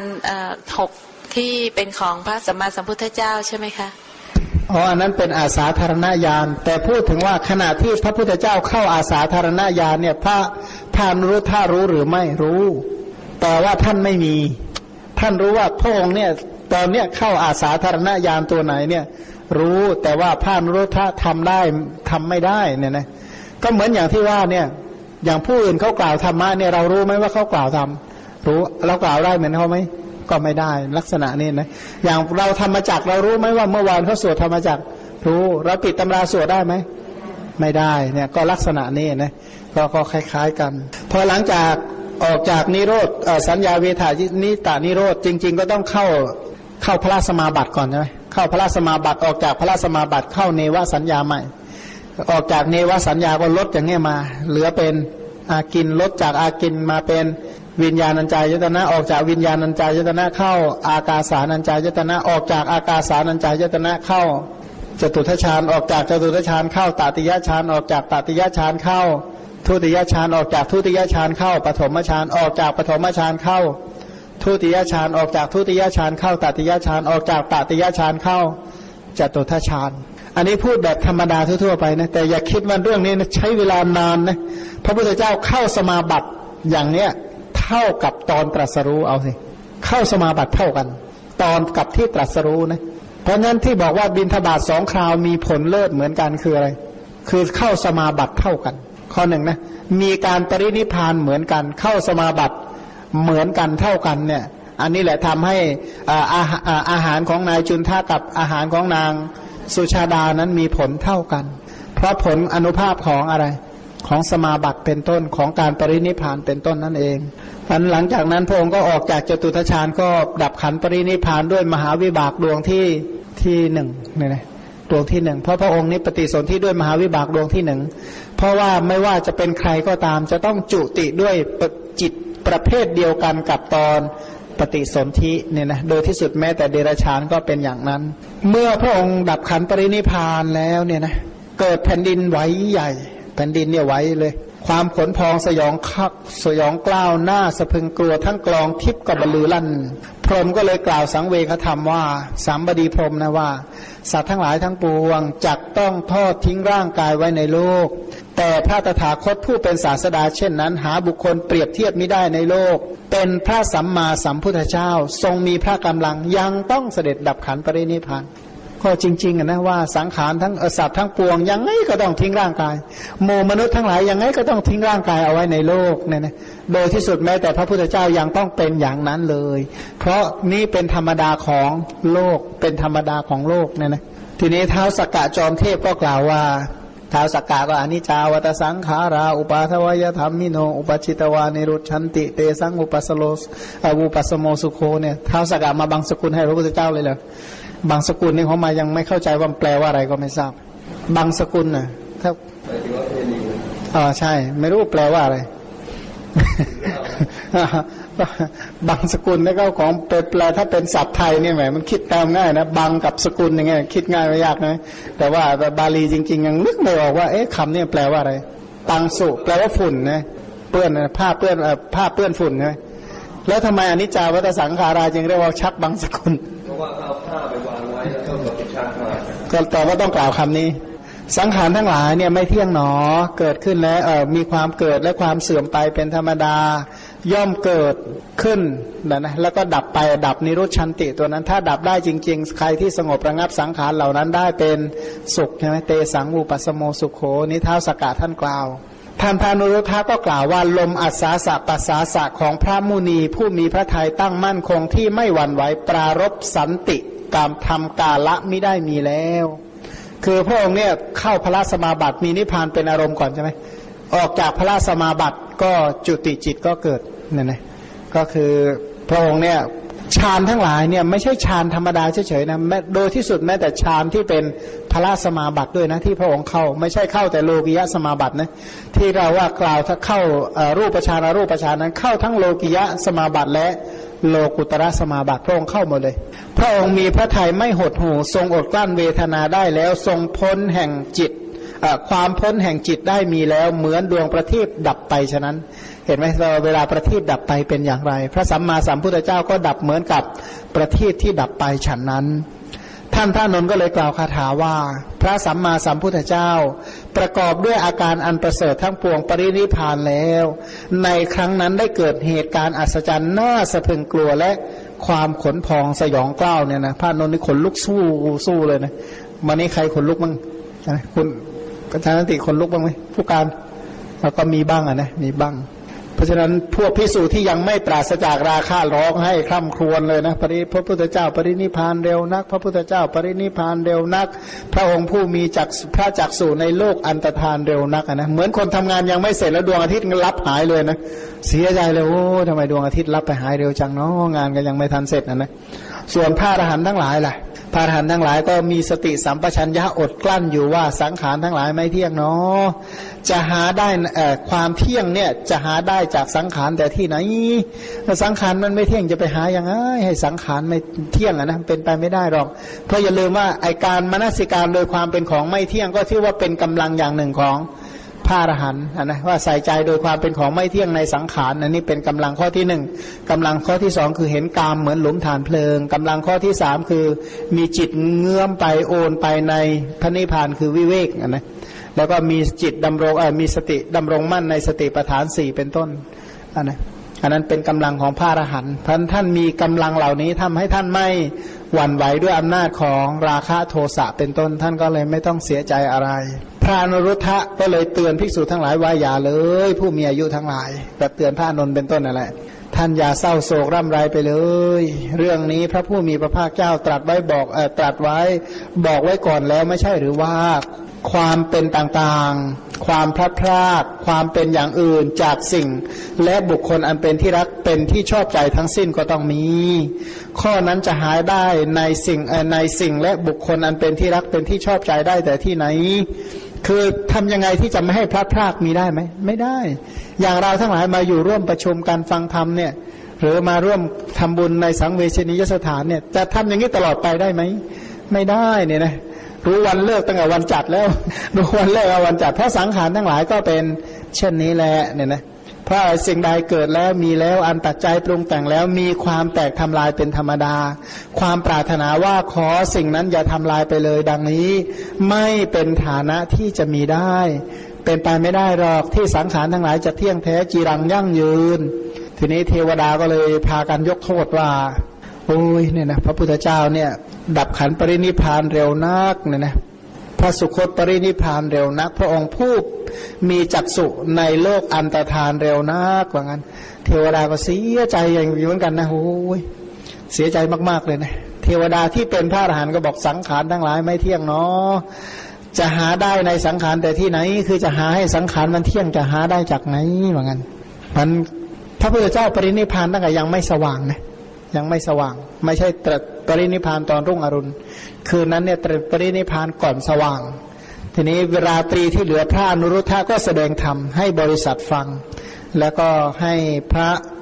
6ที่เป็นของพระสัมมาสัมพุทธเจ้าใช่ไหมคะอันนั้นเป็นอาสาธารณญาณแต่พูดถึงว่าขณะที่พระพุทธเจ้าเข้าอาสาธารณญาณเนี่ยพระอนุรุทธะรู้หรือไม่รู้แต่ว่าท่านไม่มีท่านรู้ว่าพระองค์เนี่ยตอนเนี้ยเข้าอาสาธารณญาณตัวไหนเนี่ยรู้แต่ว่าพระอนุรุทธะทำได้ทำไม่ได้เนี่ยนะก็เหมือนอย่างที่ว่าเนี่ยอย่างผู้อื่นเขากล่าวธรรมะเนี่ยเรารู้ไหมว่าเขากล่าวธรรมรู้เรากล่าวได้เหมือนเขาไหมก็ไม่ได้ลักษณะนี้นะอย่างเราธรรมจักรเรารู้ไหมว่าเมื่อวานเขาสวดธรรมจักรรู้เราปิดตำราสวดได้ไหมไม่ได้เนี่ยก็ลักษณะนี้นะก็คล้ายๆกันพอหลังจากออกจากนิโรธสัญญาเวทายนิตานิโรธจริงๆก็ต้องเข้าพระสมาบัติก่อนใช่ไหมเข้าพระสมาบัติออกจากพระสมาบัติเข้าเนวสัญญาใหม่ออกจากเนวสัญญาก็ลดอย่างนี้มาเหลือเป็นอากินลดจากอากินมาเป็นวิญญาณัญจายตนะออกจากวิญญาณัญจายตนะเข้าอากาสานัญจายตนะออกจากอากาสานัญจายตนะเข้าจตุทัชฌานออกจากจตุทัชฌานเข้าตติยฌานออกจากตติยฌานเข้าทุติยฌานออกจากทุติยฌานเข้าปฐมฌานออกจากปฐมฌานเข้าทุติยฌานออกจากทุติยฌานเข้าตติยฌานออกจากตติยฌานเข้าจตุทัชฌานอันนี้พูดแบบธรรมดาทั่วๆไปนะแต่อย่าคิดว่าเรื่องนี้นะใช้เวลานานนะพระพุทธเจ้าเข้าสมาบัติอย่างเนี้ยเท่ากับตอนตรัสรู้เอาสิเข้าสมาบัติเท่ากันตอนกับที่ตรัสรู้นะเพราะนั้นที่บอกว่าบิณฑบาต2คราวมีผลเลิศเหมือนกันคืออะไรคือเข้าสมาบัติเท่ากันข้อหนึ่งนะมีการปรินิพพานเหมือนกันเข้าสมาบัติเหมือนกันเท่ากันเนี่ยอันนี้แหละทำให้อาหารของนายจุนทะกับอาหารของนางสุชาดานั้นมีผลเท่ากันเพราะผลอนุภาพของอะไรของสมาบัติเป็นต้นของการปรินิพพานเป็นต้นนั่นเองหลังจากนั้นพระองค์ก็ออกจากจตุทัชฌานก็ดับขันธ์ปรินิพพานด้วยมหาวิบากดวงที่หนึ่งเนี่ยนะดวงที่หนึ่งเพราะพระองค์นี้ปฏิสนธิด้วยมหาวิบากดวงที่หนึ่งเพราะว่าไม่ว่าจะเป็นใครก็ตามจะต้องจุติด้วยจิตประเภทเดียวกันกับตอนปฏิสนธิเนี่ยนะโดยที่สุดแม้แต่เดรัจฉานก็เป็นอย่างนั้นเมื่อพระองค์ดับขันธ์ปรินิพพานแล้วเนี่ยนะเกิดแผ่นดินไหวใหญ่แผ่นดินเนี่ยไหวเลยความขนพองสยองคักสยองกล้าวหน้าสะพึงกลัวทั้งกลองทิพย์กับบรรลือลั่นพรหมก็เลยกล่าวสังเวชธรรมว่าสามบดีพรหมนะว่าสัตว์ทั้งหลายทั้งปวงจักต้องทอดทิ้งร่างกายไว้ในโลกแต่พระตถาคตผู้เป็นศาสดาเช่นนั้นหาบุคคลเปรียบเทียบมิได้ในโลกเป็นพระสัมมาสัมพุทธเจ้าทรงมีพระกำลังยังต้องเสด็จดับขันธ์ปรินิพพานก็จริงๆนะว่าสังขารทั้งสัตว์ทั้งปวงยังไงก็ต้องทิ้งร่างกายหมู่มนุษย์ทั้งหลายยังไงก็ต้องทิ้งร่างกายเอาไว้ในโลกเนี่ยนะโดยที่สุดแม้แต่พระพุทธเจ้ายังต้องเป็นอย่างนั้นเลยเพราะนี่เป็นธรรมดาของโลกเป็นธรรมดาของโลกเนี่ยนะทีนี้ท้าวสักกะจอมเทพก็กล่าวว่าท้าวสักกะก็อนิจจาวัตสังขาราอุปาทวยธรรมิโนอุปชิตวานิรุชันติเตสังอุปสโลอุปสโมสุโคเนี่ยท้าวสักกะมาบังสกุลให้พระพุทธเจ้าเลยเหรอบางสกุลนี่เขามายังไม่เข้าใจว่าแปลว่าอะไรก็ไม่ทราบบางสกุลน่ะถ้าใช่ไม่รู้แปลว่าอะไรบังสกุลแล้วก็ของแปลถ้าเป็นศัพท์ไทยเนี่ยแหมมันคิดตามง่ายนะบังกับสกุลอย่างเงี้ยคิดง่ายไม่ยากนะแต่ว่าบาลีจริงๆยังนึกไม่ออกว่าคำนี้แปลว่าอะไรตังสุแปลว่าฝุ่นนะเปื้อนผ้าเปื้อนฝุ่นนะแล้วทำไมอนิจจาวัฏสังขาราจึงเรียกว่าชักบังสกุลเพราะว่าเอาผ้าไปวางไว้แล้วก็ติดชักมาก็แต่ว่าต้องกล่าวคำนี้สังขารทั้งหลายเนี่ยไม่เที่ยงหนอเกิดขึ้นแล้วมีความเกิดและความเสื่อมไปเป็นธรรมดาย่อมเกิดขึ้นนะแล้วก็ดับไปดับนิรุชันติตัวนั้นถ้าดับได้จริงๆใครที่สงบระงับสังขารเหล่านั้นได้เป็นสุขใช่ไหมเตสังอุปสมโมสุโขนิท้าวสกะท่านกล่าวท่านพานุรุทธะก็กล่าวว่าลมอัศสาสะปัสสาสะของพระมุนีผู้มีพระทัยตั้งมั่นคงที่ไม่หวั่นไหวปรารภสันติกามธรรมกาละไม่ได้มีแล้วคือพระองค์เนี่ยเข้าพระสมาบัติมีนิพพานเป็นอารมณ์ก่อนใช่ไหมออกจากพระสมาบัติก็จุติจิตก็เกิดเนี่ยนะก็คือพระองค์เนี่ยฌานทั้งหลายเนี่ยไม่ใช่ฌานธรรมดาเฉยๆนะโดยที่สุดแม้แต่ฌานที่เป็นพระสมาบัติด้วยนะที่พระองค์เข้าไม่ใช่เข้าแต่โลกิยะสมาบัตินะที่เราว่ากล่าวถ้าเข้ารูปฌานอรูปฌานนั้นเข้าทั้งโลกิยะสมาบัติและโลกุตระสมาบัติพระองค์เข้าหมดเลยพระองค์มีพระทัยไม่หดหู่ทรงอดกลั้นเวทนาได้แล้วทรงพ้นแห่งจิตความพ้นแห่งจิตได้มีแล้วเหมือนดวงประทีปดับไปฉะนั้นเห็นไหมเวลาประทีปดับไปเป็นอย่างไรพระสัมมาสัมพุทธเจ้าก็ดับเหมือนกับประทีปที่ดับไปฉันนั้นท่านพระนนท์ก็เลยกล่าวคาถาว่าพระสัมมาสัมพุทธเจ้าประกอบด้วยอาการอันประเสริฐทั้งปวงปรินิพพานแล้วในครั้งนั้นได้เกิดเหตุการณ์อัศจรรย์น่าสะพรึงกลัวและความขนพองสยองกล้าวเนี่ยนะพระนนท์นี่ขนลุกสู้เลยนะวันนี้ใครขนลุกบ้างนะคุณอาจารย์นันติขนลุกบ้างไหมผู้การเราก็มีบ้างนะมีบ้างเพราะฉะนั้นพวกภิกษุที่ยังไม่ปราศจากราคะร้องให้คร่ำครวญเลยนะพระพุทธเจ้าปรินิพพานเร็วนักพระพุทธเจ้าปรินิพพานเร็วนักพระองค์ผู้มีพระจักษุในโลกอันตรธานเร็วนักนะเหมือนคนทำงานยังไม่เสร็จแล้วดวงอาทิตย์รับหายเลยนะเสียใจเลยโอ้ทำไมดวงอาทิตย์รับไปหายเร็วจังเนาะงานก็ยังไม่ทันเสร็จนะส่วนพระอรหันต์ทั้งหลายล่ะพระอรหันต์ทั้งหลายก็มีสติสัมปชัญญะอดกลั้นอยู่ว่าสังขารทั้งหลายไม่เที่ยงเนาะจะหาได้ความเที่ยงเนี่ยจะหาได้จากสังขารแต่ที่ไหนสังขารมันไม่เที่ยงจะไปหายังไงให้สังขารไม่เที่ยงนะเป็นไปไม่ได้หรอกเพราะอย่าลืมว่าไอการมนสิการโดยความเป็นของไม่เที่ยงก็ชื่อว่าเป็นกำลังอย่างหนึ่งของพระอรหันต์นะว่าใส่ใจโดยความเป็นของไม่เที่ยงในสังขารอันนี้เป็นกำลังข้อที่หนึ่งกำลังข้อที่สองคือเห็นกามเหมือนหลุมฐานเพลิงกำลังข้อที่สามคือมีจิตเงื้อมไปโอนไปในพระนิพพานคือวิเวกนะแล้วก็มีจิตดำรงมีสติดำรงมั่นในสติปัฏฐานสี่เป็นต้นอันนั้นเป็นกำลังของพระอรหันต์ท่านมีกำลังเหล่านี้ทำให้ท่านไม่หวั่นไหวด้วยอำนาจของราคะโทสะเป็นต้นท่านก็เลยไม่ต้องเสียใจอะไรพระอนุรุทธะก็เลยเตือนภิกษุทั้งหลายว่าอย่าเลยผู้มีอายุทั้งหลายแบบเตือนพระอานนท์เป็นต้นนั่นแหละท่านอย่าเศร้าโศกร่ำไรไปเลยเรื่องนี้พระผู้มีพระภาคเจ้าตรัสไว้บอกไว้ก่อนแล้วไม่ใช่หรือว่าความเป็นต่างๆความพลัดพรากความเป็นอย่างอื่นจากสิ่งและบุคคลอันเป็นที่รักเป็นที่ชอบใจทั้งสิ้นก็ต้องมีข้อนั้นจะหายได้ในสิ่งและบุคคลอันเป็นที่รักเป็นที่ชอบใจได้แต่ที่ไหนคือทำยังไงที่จะไม่ให้พลัดพรากมีได้ไหมไม่ได้อย่างเราทั้งหลายมาอยู่ร่วมประชุมการฟังธรรมเนี่ยหรือมาร่วมทำบุญในสังเวชนียสถานเนี่ยจะทำอย่างนี้ตลอดไปได้ไหมไม่ได้เนี่ยนะรู้วันเลิกตั้งแต่วันจัดแล้วรู้วันเลิกเอาวันจัดเพราะสังขารทั้งหลายก็เป็นเช่นนี้แหละเนี่ยนะเพราะสิ่งใดเกิดแล้วมีแล้วอันปัจจัยปรุงแต่งแล้วมีความแตกทำลายเป็นธรรมดาความปรารถนาว่าขอสิ่งนั้นอย่าทำลายไปเลยดังนี้ไม่เป็นฐานะที่จะมีได้เป็นไปไม่ได้หรอกที่สังขารทั้งหลายจะเที่ยงแท้จีรังยั่งยืนทีนี้เทวดาก็เลยพากันยกโทษว่าโอ้ยเนี่ยนะพระพุทธเจ้าเนี่ยดับขันปรินิพพานเร็วนักเนี่ยนะพระสุคตปรินิพพานเร็วนักพระองค์ผู้มีจักษุในโลกอันตรธานเร็วนักว่างั้นเทวดาก็เสียใจอย่างเหมือนกันนะโอ้ยเสียใจมากๆเลยนะเทวดาที่เป็นพระอรหันต์ก็บอกสังขารทั้งหลายไม่เที่ยงเนาะจะหาได้ในสังขารแต่ที่ไหนคือจะหาให้สังขารมันเที่ยงจะหาได้จากไหนว่างั้นมันพระพุทธเจ้าปรินิพพานตั้งแต่ยังไม่สว่างนะยังไม่สว่างไม่ใช่ตรัสปรินิพพานตอนรุ่งอรุณคืนนั้นเนี่ยตรัสปรินิพพานก่อนสว่างทีนี้เวลาตรีที่เหลือพระอนุรุทธะก็แสดงธรรมให้บริษัทฟังแล้วก็ให้พระ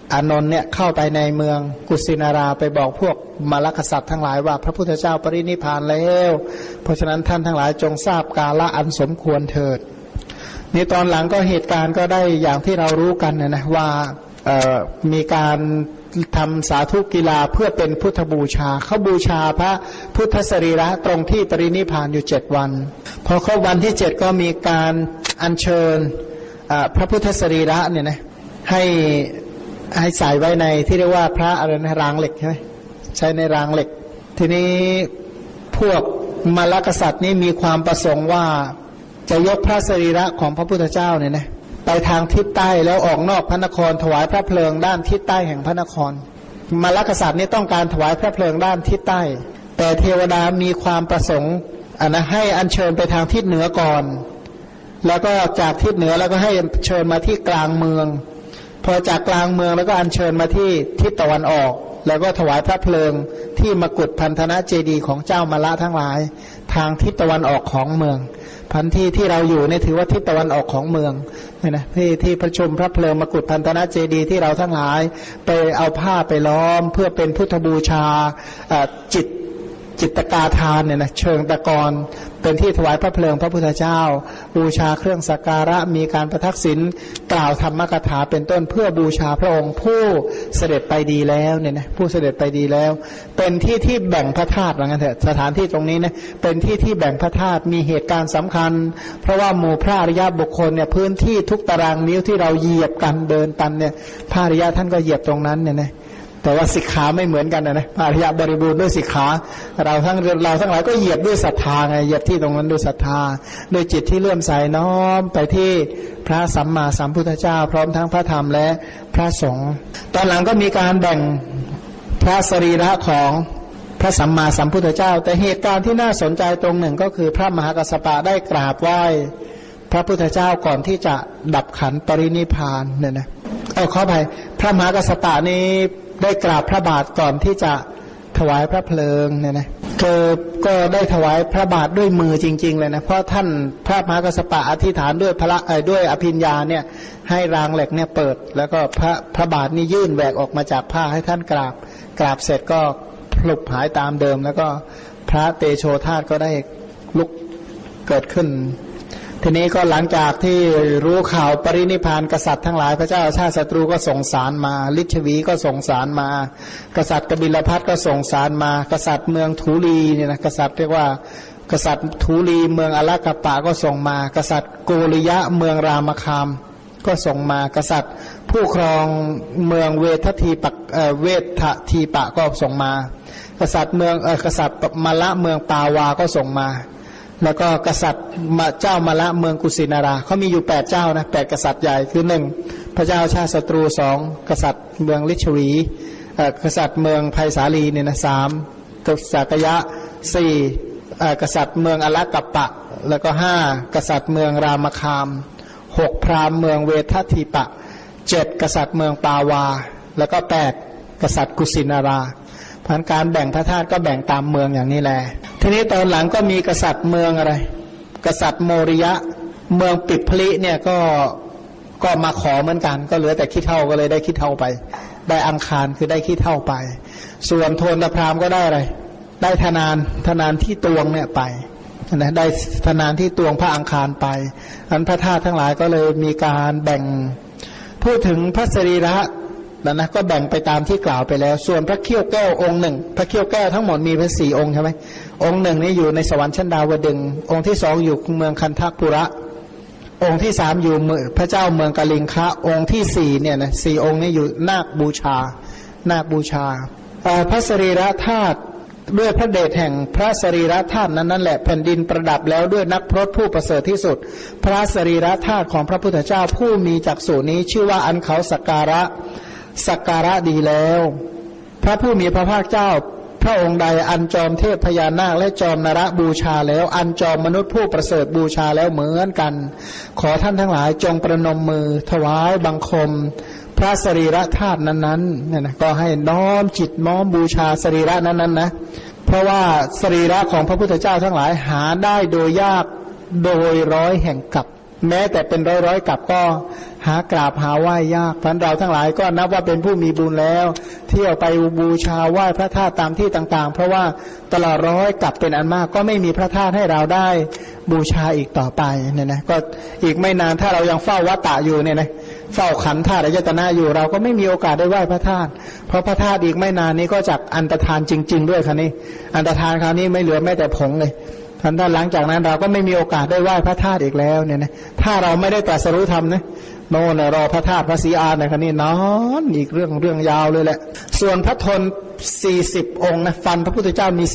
อานนท์เนี่ยเข้าไปในเมืองกุสินาราไปบอกพวกมลกษัตริย์ทั้งหลายว่าพระพุทธเจ้าปรินิพพานแล้วเพราะฉะนั้นท่านทั้งหลายจงทราบกาลอันสมควรเถิดนี่ตอนหลังก็เหตุการณ์ก็ได้อย่างที่เรารู้กันนะว่ามีการทำสาธุกีฬาเพื่อเป็นพุทธบูชาเขาบูชาพระพุทธสรีระตรงที่ปรินิพพานอยู่7 วันพอครบวันที่7ก็มีการอัญเชิญพระพุทธสรีระเนี่ยนะให้ใส่ไว้ในที่เรียกว่าพระอะไรนะรางเหล็กใช่ไหมใช้ในรางเหล็กทีนี้พวกมลกษัตริย์นี่มีความประสงค์ว่าจะยกพระสรีระของพระพุทธเจ้าเนี่ยนะไปทางทิศใต้แล้วออกนอกพระนครถวายพระเพลิงด้านทิศใต้แห่งพระนครมลกษัตริย์นี่ต้องการถวายพระเพลิงด้านทิศใต้แต่เทวดามีความประสงค์ให้อัญเชิญไปทางทิศเหนือก่อนแล้วก็จากทิศเหนือแล้วก็ให้เชิญมาที่กลางเมืองพอจากกลางเมืองแล้วก็อัญเชิญมาที่ทิศตะวันออกแล้วก็ถวายพระเพลิงที่มกุฏพันธนะเจดีย์ของเจ้ามละทั้งหลายทางทิศตะวันออกของเมืองพันที่ที่เราอยู่นี่ถือว่าทิศตะวันออกของเมืองเนี่ยนะที่ประชุมพระเพลิงมกุฏพันธนะเจดีย์ที่เราทั้งหลายไปเอาผ้าไปล้อมเพื่อเป็นพุทธบูชาจิตกาทานเนี่ยนะเชิงตะกอนเป็นที่ถวายพระเพลิงพระพุทธเจ้าบูชาเครื่องสักการะมีการประทักษิณกล่าวธรรมกถาเป็นต้นเพื่อบูชาพระองค์ผู้เสด็จไปดีแล้วเนี่ยนะผู้เสด็จไปดีแล้วเป็นที่แบ่งพระธาตุว่างั้นเถอะสถานที่ตรงนี้นะเป็นที่แบ่งพระธาตุมีเหตุการณ์สำคัญเพราะว่าหมู่พระอริยบุคคลเนี่ยพื้นที่ทุกตารางนิ้วที่เราเหยียบกันเดินตันเนี่ยพระอริยท่านก็เหยียบตรงนั้นเนี่ยนะแต่ว่าสิกขาไม่เหมือนกันนะพระอริยบริบูรณ์ด้วยสิกขาเราทั้งหลายก็เหยียบด้วยศรัทธาไงเหยียบที่ตรงนั้นด้วยศรัทธาด้วยจิตที่เลื่อมใสน้อมไปที่พระสัมมาสัมพุทธเจ้าพร้อมทั้งพระธรรมและพระสงฆ์ตอนหลังก็มีการแบ่งพระสรีระของพระสัมมาสัมพุทธเจ้าแต่เหตุการณ์ที่น่าสนใจตรงหนึ่งก็คือพระมหากัสสปะได้กราบไหว้พระพุทธเจ้าก่อนที่จะดับขันปรินิพพานเนี่ยนะขออภัยพระมหากัสสปะนี้ได้กราบพระบาทก่อนที่จะถวายพระเพลิงเนี่ยนะก็ได้ถวายพระบาทด้วยมือจริงๆเลยนะเพราะท่านพระมหากัสสปะอธิษฐานด้วยด้วยอภิญญาเนี่ยให้รางเหล็กเนี่ยเปิดแล้วก็พระบาทนี่ยื่นแหวกออกมาจากผ้าให้ท่านกราบเสร็จก็พลุบหายตามเดิมแล้วก็พระเตโชธาตุก็ได้ลุกเกิดขึ้นทีนี้ก็หลังจากที่รู้ข่าวปรินิพพานกษัตริย์ทั้งหลายพระเจ้าชาติศัตรูก็ส่งสารมาลิชวีก็ส่งสารมากษัตริย์กบิลพัทก็ส่งสารมากษัตริย์เมืองทูลีเนี่ยนะกษัตริย์เรียกว่ากษัตริย์ทูลีเมืองอลกปะก็ส่งมากษัตริย์โกริยะเมืองรามคามก็ส่งมากษัตริย์ผู้ครองเมืองเวททีปะก็ส่งมากษัตริย์กษัตริย์มละเมืองปาวาก็ส่งมาแล้วก็กษัตริย์เจ้ามละเมืองกุสินาราเขามีอยู่8เจ้านะ8กษัตริย์ใหญ่คือ1พระเจ้าชาติศัตรู2กษัตริย์เมืองลิชวีกษัตริย์เมืองไผ่สาลีเนี่ยนะ3กษัตริยะ4กษัตริย์เมืองอลกัปปะแล้วก็5กษัตริย์เมืองรามคาม6พราหมณ์เมืองเวททีปะ7กษัตริย์เมืองปาวาแล้วก็8กษัตริย์กุสินาราผ่านการแบ่งพระธาตุก็แบ่งตามเมืองอย่างนี้แหละทีนี้ตอนหลังก็มีกษัตริย์เมืองอะไรกษัตริย์โมริยะเมืองปิพลิเนี่ยก็มาขอเหมือนกันก็เหลือแต่ขี้เถ้าก็เลยได้ขี้เถ้าไปได้อังคารคือได้ขี้เถ้าไปส่วนโทนพราหมณ์ก็ได้อะไรได้ธนานที่ตวงเนี่ยไปนะได้ธนานที่ตวงพระอังคารไปอันพระธาตุทั้งหลายก็เลยมีการแบ่งพูดถึงพระสรีระนะก็แบ่งไปตามที่กล่าวไปแล้วส่วนพระเขี้ยวแก้วองค์หนึ่งพระเขี้ยวแก้วทั้งหมดมีพระ4องค์ใช่ไหมองค์หนึ่งนี่อยู่ในสวรรค์ชั้นดาวดึงส์องค์ที่2อยู่เมืองคันธปุระองค์ที่3อยู่พระเจ้าเมืองกลิงคะองค์ที่4เนี่ยนะ4องค์นี้อยู่นาคบูชาพระสรีระธาตุด้วยพระเดชแห่งพระสรีระธาตุนั้นแหละแผ่นดินประดับแล้วด้วยนักพรตผู้ประเสริฐที่สุดพระสรีระธาตุของพระพุทธเจ้าผู้มีจักษุนี้ชื่อว่าอันเขาสักการะดีแล้วพระผู้มีพระภาคเจ้าพระองค์ใดอันจอมเทพพญานาคและจอมนรบูชาแล้วอันจอมมนุษย์ผู้ประเสริฐบูชาแล้วเหมือนกันขอท่านทั้งหลายจงประนมมือถวายบังคมพระสรีระธาตุนั้นๆเนี่ยนะก็ให้น้อมจิตน้อมบูชาสรีระนั้นๆนะเพราะว่าสรีระของพระพุทธเจ้าทั้งหลายหาได้โดยยากโดยร้อยแห่งกับแม้แต่เป็นร้อยกับก็หากราบหาไหว้ยากพันเราทั้งหลายก็นับว่าเป็นผู้มีบุญแล้วเที่ยวไปบูชาไหว้พระธาตุตามที่ต่างๆเพราะว่าตลอดร้อยกลับเป็นอันมากก็ไม่มีพระธาตุให้เราได้บูชาอีกต่อไปเนี่ยนะก็อีกไม่นานถ้าเรายังเฝ้าวัฏฏะอยู่เนี่ยนะเฝ้าขันธ์ธาตุอายตนะอยู่เราก็ไม่มีโอกาสได้ไหว้พระธาตุเพราะพระธาตุอีกไม่นานนี้ก็จักอันตรธานจริงๆด้วยคราวนี้อันตรธานคราวนี้ไม่เหลือแม้แต่ผงเลยท่านหลังจากนั้นเราก็ไม่มีโอกาสได้ไหว้พระธาตุอีกแล้วเนี่ยนะถ้าเราไม่ได้ตรัสรู้ธรรมนะโน่นรอพระธาตุพระศรีอานในครั้นี้นอนอีกเรื่องยาวเลยแหละส่วนพระทน40องค์นะฟันพระพุทธเจ้ามี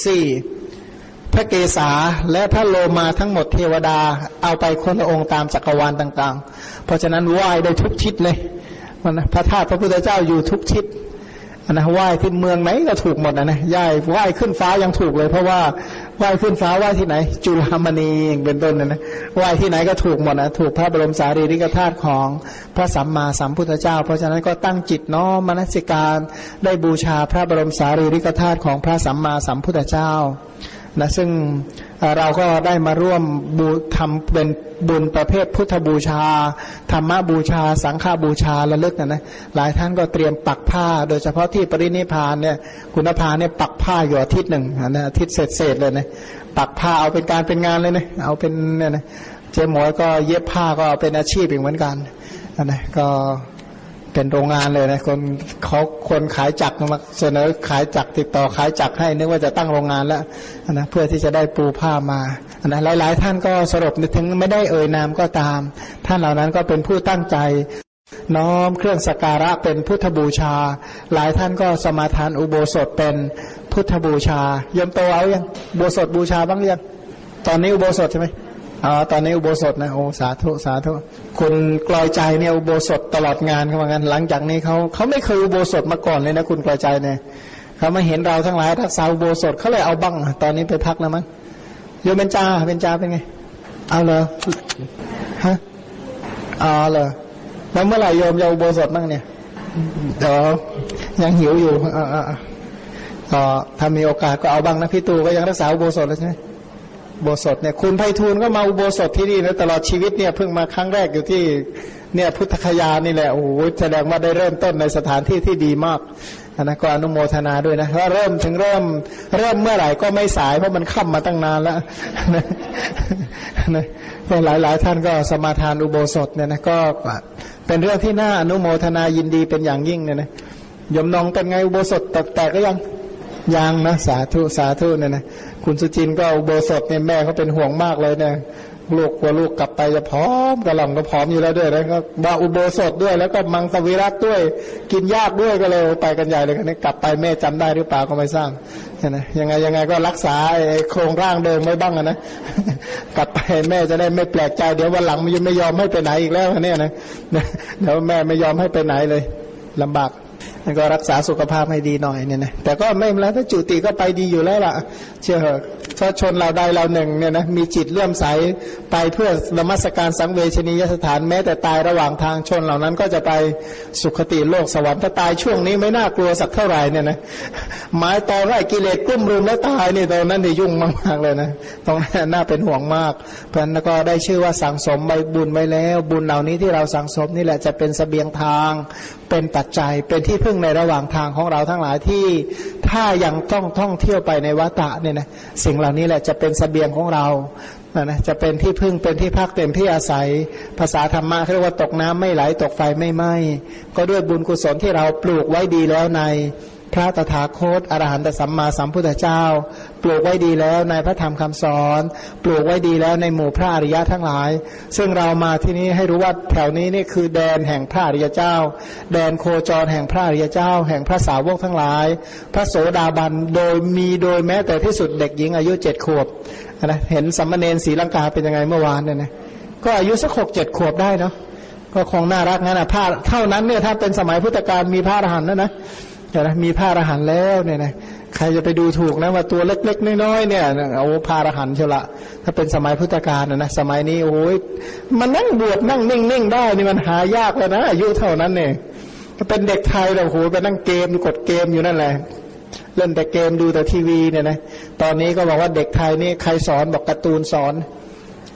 44พระเกศาและพระโลมาทั้งหมดเทวดาเอาไปคนละองค์ตามจักรวาลต่างๆเพราะฉะนั้นไหว้ได้ทุกทิศเลยมันพระธาตุพระพุทธเจ้าอยู่ทุกทิศนะไหว้ที่เมืองไหนก็ถูกหมดนะย่ายไหว้ขึ้นฟ้ายังถูกเลยเพราะว่าไหว้ขึ้นฟ้าไหว้ที่ไหนจุฬามณีเป็นต้นนะไหว้ที่ไหนก็ถูกหมดนะถูกพระบรมสารีริกธาตุของพระสัมมาสัมพุทธเจ้าเพราะฉะนั้นก็ตั้งจิตน้อมมนสิการได้บูชาพระบรมสารีริกธาตุของพระสัมมาสัมพุทธเจ้านะซึ่งเราก็ได้มาร่วมทำเป็นบุญประเภทพุทธบูชาธรรมบูชาสังฆบูชาระลึกนะหลายท่านก็เตรียมปักผ้าโดยเฉพาะที่ปรินิพพานเนี่ยคุณภาเนี่ยปักผ้าอยู่อาทิตย์หนึ่งนะอาทิตย์เศษเลยนะปักผ้าเอาเป็นการเป็นงานเลยนะเอาเป็นเนี่ยนะเจ๊หมวยก็เย็บผ้าก็เป็นอาชีพอีกเหมือนกันนะก็เป็นโรงงานเลยนะคนขายจักรมาเสนอขายจักรติดต่อขายจักรให้นึกว่าจะตั้งโรงงานแล้วนะเพื่อที่จะได้ปูผ้ามานะหลายๆท่านก็สรุปถึงไม่ได้เอ่ยนามก็ตามท่านเหล่านั้นก็เป็นผู้ตั้งใจน้อมเครื่องสักการะเป็นพุทธบูชาหลายท่านก็สมาทานอุโบสถเป็นพุทธบูชายมโตเอายังอุโบสถบูชาบ้างหรือยังตอนนี้อุโบสถใช่ไหมตอนนี้อุโบสถนะโอ้สาธุสาธุคุณกลอยใจเนี่ยอุโบสถตลอดงานเขาว่างั้นหลังจากนี้เขาไม่เคยอุโบสถมาก่อนเลยนะคุณกลอยใจเนี่ยเขามาเห็นเราทั้งหลายรักษาอุโบสถเขาเลยเอาบ้างตอนนี้ไปพักแล้วมั้งโยมเป็นจ่าเป็นไงเอาเลยฮะเลยแล้วเมื่อไหร่โยมจะอุโบสถบ้างเนี่ยเดี๋ยวยังหิวอยู่ก็ถ้ามีโอกาสก็เอาบ้างนะพี่ตูก็ยังรักษาอุโบสถเลยใช่ไหมอุโบสถเนี่ยคุณไพฑูรย์ก็มาอุโบสถที่นี่นะตลอดชีวิตเนี่ยเพิ่งมาครั้งแรกอยู่ที่เนี่ยพุทธคยานี่แหละโอ้โหแสดงว่าได้เริ่มต้นในสถานที่ที่ดีมากนะก็อนุโมทนาด้วยนะว่าเริ่มเมื่อไหร่ก็ไม่สายเพราะมันค่ำมาตั้งนานแล้วนะหลายท่านก็สมาทานอุโบสถเนี่ยนะก็เป็นเรื่องที่น่าอนุโมทนายินดีเป็นอย่างยิ่งเนี่ยนะยมนองเป็นไงอุโบสถแต่ก็ยังนะสาธุเนี่ยนะคุณสุจินก็อุโบสถเนี่ยแม่เขาเป็นห่วงมากเลยเนี่ยลูกกลัวลูกกลับไปจะผอมกระหล่ำก็ผอมอยู่แล้วด้วยแล้วก็มาอุโบสถด้วยแล้วก็มังสวิรัติด้วยกินยากด้วยก็เลยไปกันใหญ่เลยนี่กลับไปแม่จำได้หรือเปล่าก็ไม่ทราบนะยังไงก็รักษาโครงร่างเดิมไว้บ้างนะกลับไปแม่จะได้ไม่แปลกใจเดี๋ยววันหลังมันยังไม่ยอมให้ไปไหนอีกแล้วเนี่ยนะเดี๋ยวแม่ไม่ยอมให้ไปไหนเลยลำบากแล้วก็รักษาสุขภาพให้ดีหน่อยเนี่ยนะแต่ก็ไม่แล้วถ้าจุติก็ไปดีอยู่แล้วล่ะเชื่อเหอะเพราะชนเราใดเราหนึ่งเนี่ยนะมีจิตเลื่อมใสไปเพื่อนมัสการสังเวชนียสถานแม้แต่ตายระหว่างทางชนเหล่านั้นก็จะไปสุคติโลกสวรรค์ถ้าตายช่วงนี้ไม่น่ากลัวสักเท่าไหร่เนี่ยนะหมายตอไร่กิเลสกลุ่มรุมแล้วตายนี่ตอนนั้นนี่ยุ่งมากๆเลยนะต้องน่าเป็นห่วงมากเพราะนั้นก็ได้ชื่อว่าสั่งสมใบบุญไว้แล้วบุญเหล่านี้ที่เราสั่งสมนี่แหละจะเป็นเสบียงทางเป็นปัจจัยเป็นที่พึ่งในระหว่างทางของเราทั้งหลายที่ถ้ายังต้องท่องเที่ยวไปในวัฏฏะเนี่ยนะสิ่งเหล่านี้แหละจะเป็นเสบียงของเรานะจะเป็นที่พึ่งเป็นที่พักเป็นที่อาศัยภาษาธรรมะเรียกว่าตกน้ำไม่ไหลตกไฟไม่ไหม้ก็ด้วยบุญกุศลที่เราปลูกไว้ดีแล้วในพระตถาคตอรหันตสัมมาสัมพุทธเจ้าปลูกไว้ดีแล้วในพระธรรมคำสอนปลูกไว้ดีแล้วในหมู่พระอริยะทั้งหลายซึ่งเรามาที่นี้ให้รู้ว่าแถวนี้นี่คือแดนแห่งพระอริยเจ้าแดนโคจรแห่งพระอริยเจ้าแห่งพระสาวกทั้งหลายพระโสดาบันโดยแม้แต่ที่สุดเด็กหญิงอายุ7 ขวบนะเห็นสัมมเนรศรีลังกาเป็นยังไงเมื่อวานเนี่ยนะก็อายุสัก6-7 ขวบได้เนาะก็คงน่ารักงั้นนะพระเท่านั้นเนี่ยถ้าเป็นสมัยพุทธกาลมีพระอรหันต์แล้วนะมีพระอรหันต์แล้วเนี่ยนะใครจะไปดูถูกนะว่าตัวเล็กๆน้อยๆเนี่ยเอาพระอรหันต์เชียวละถ้าเป็นสมัยพุทธกาลนะสมัยนี้โอ้ยมันนั่งบวชนั่งนิ่งๆได้นี่มันหายากเลยนะอายุเท่านั้นเนี่ยถ้าเป็นเด็กไทยเราโหไปนั่งเกมกดเกมอยู่นั่นแหละเล่นแต่เกมดูแต่ทีวีเนี่ยนะตอนนี้ก็บอกว่าเด็กไทยนี่ใครสอนบอกการ์ตูนสอน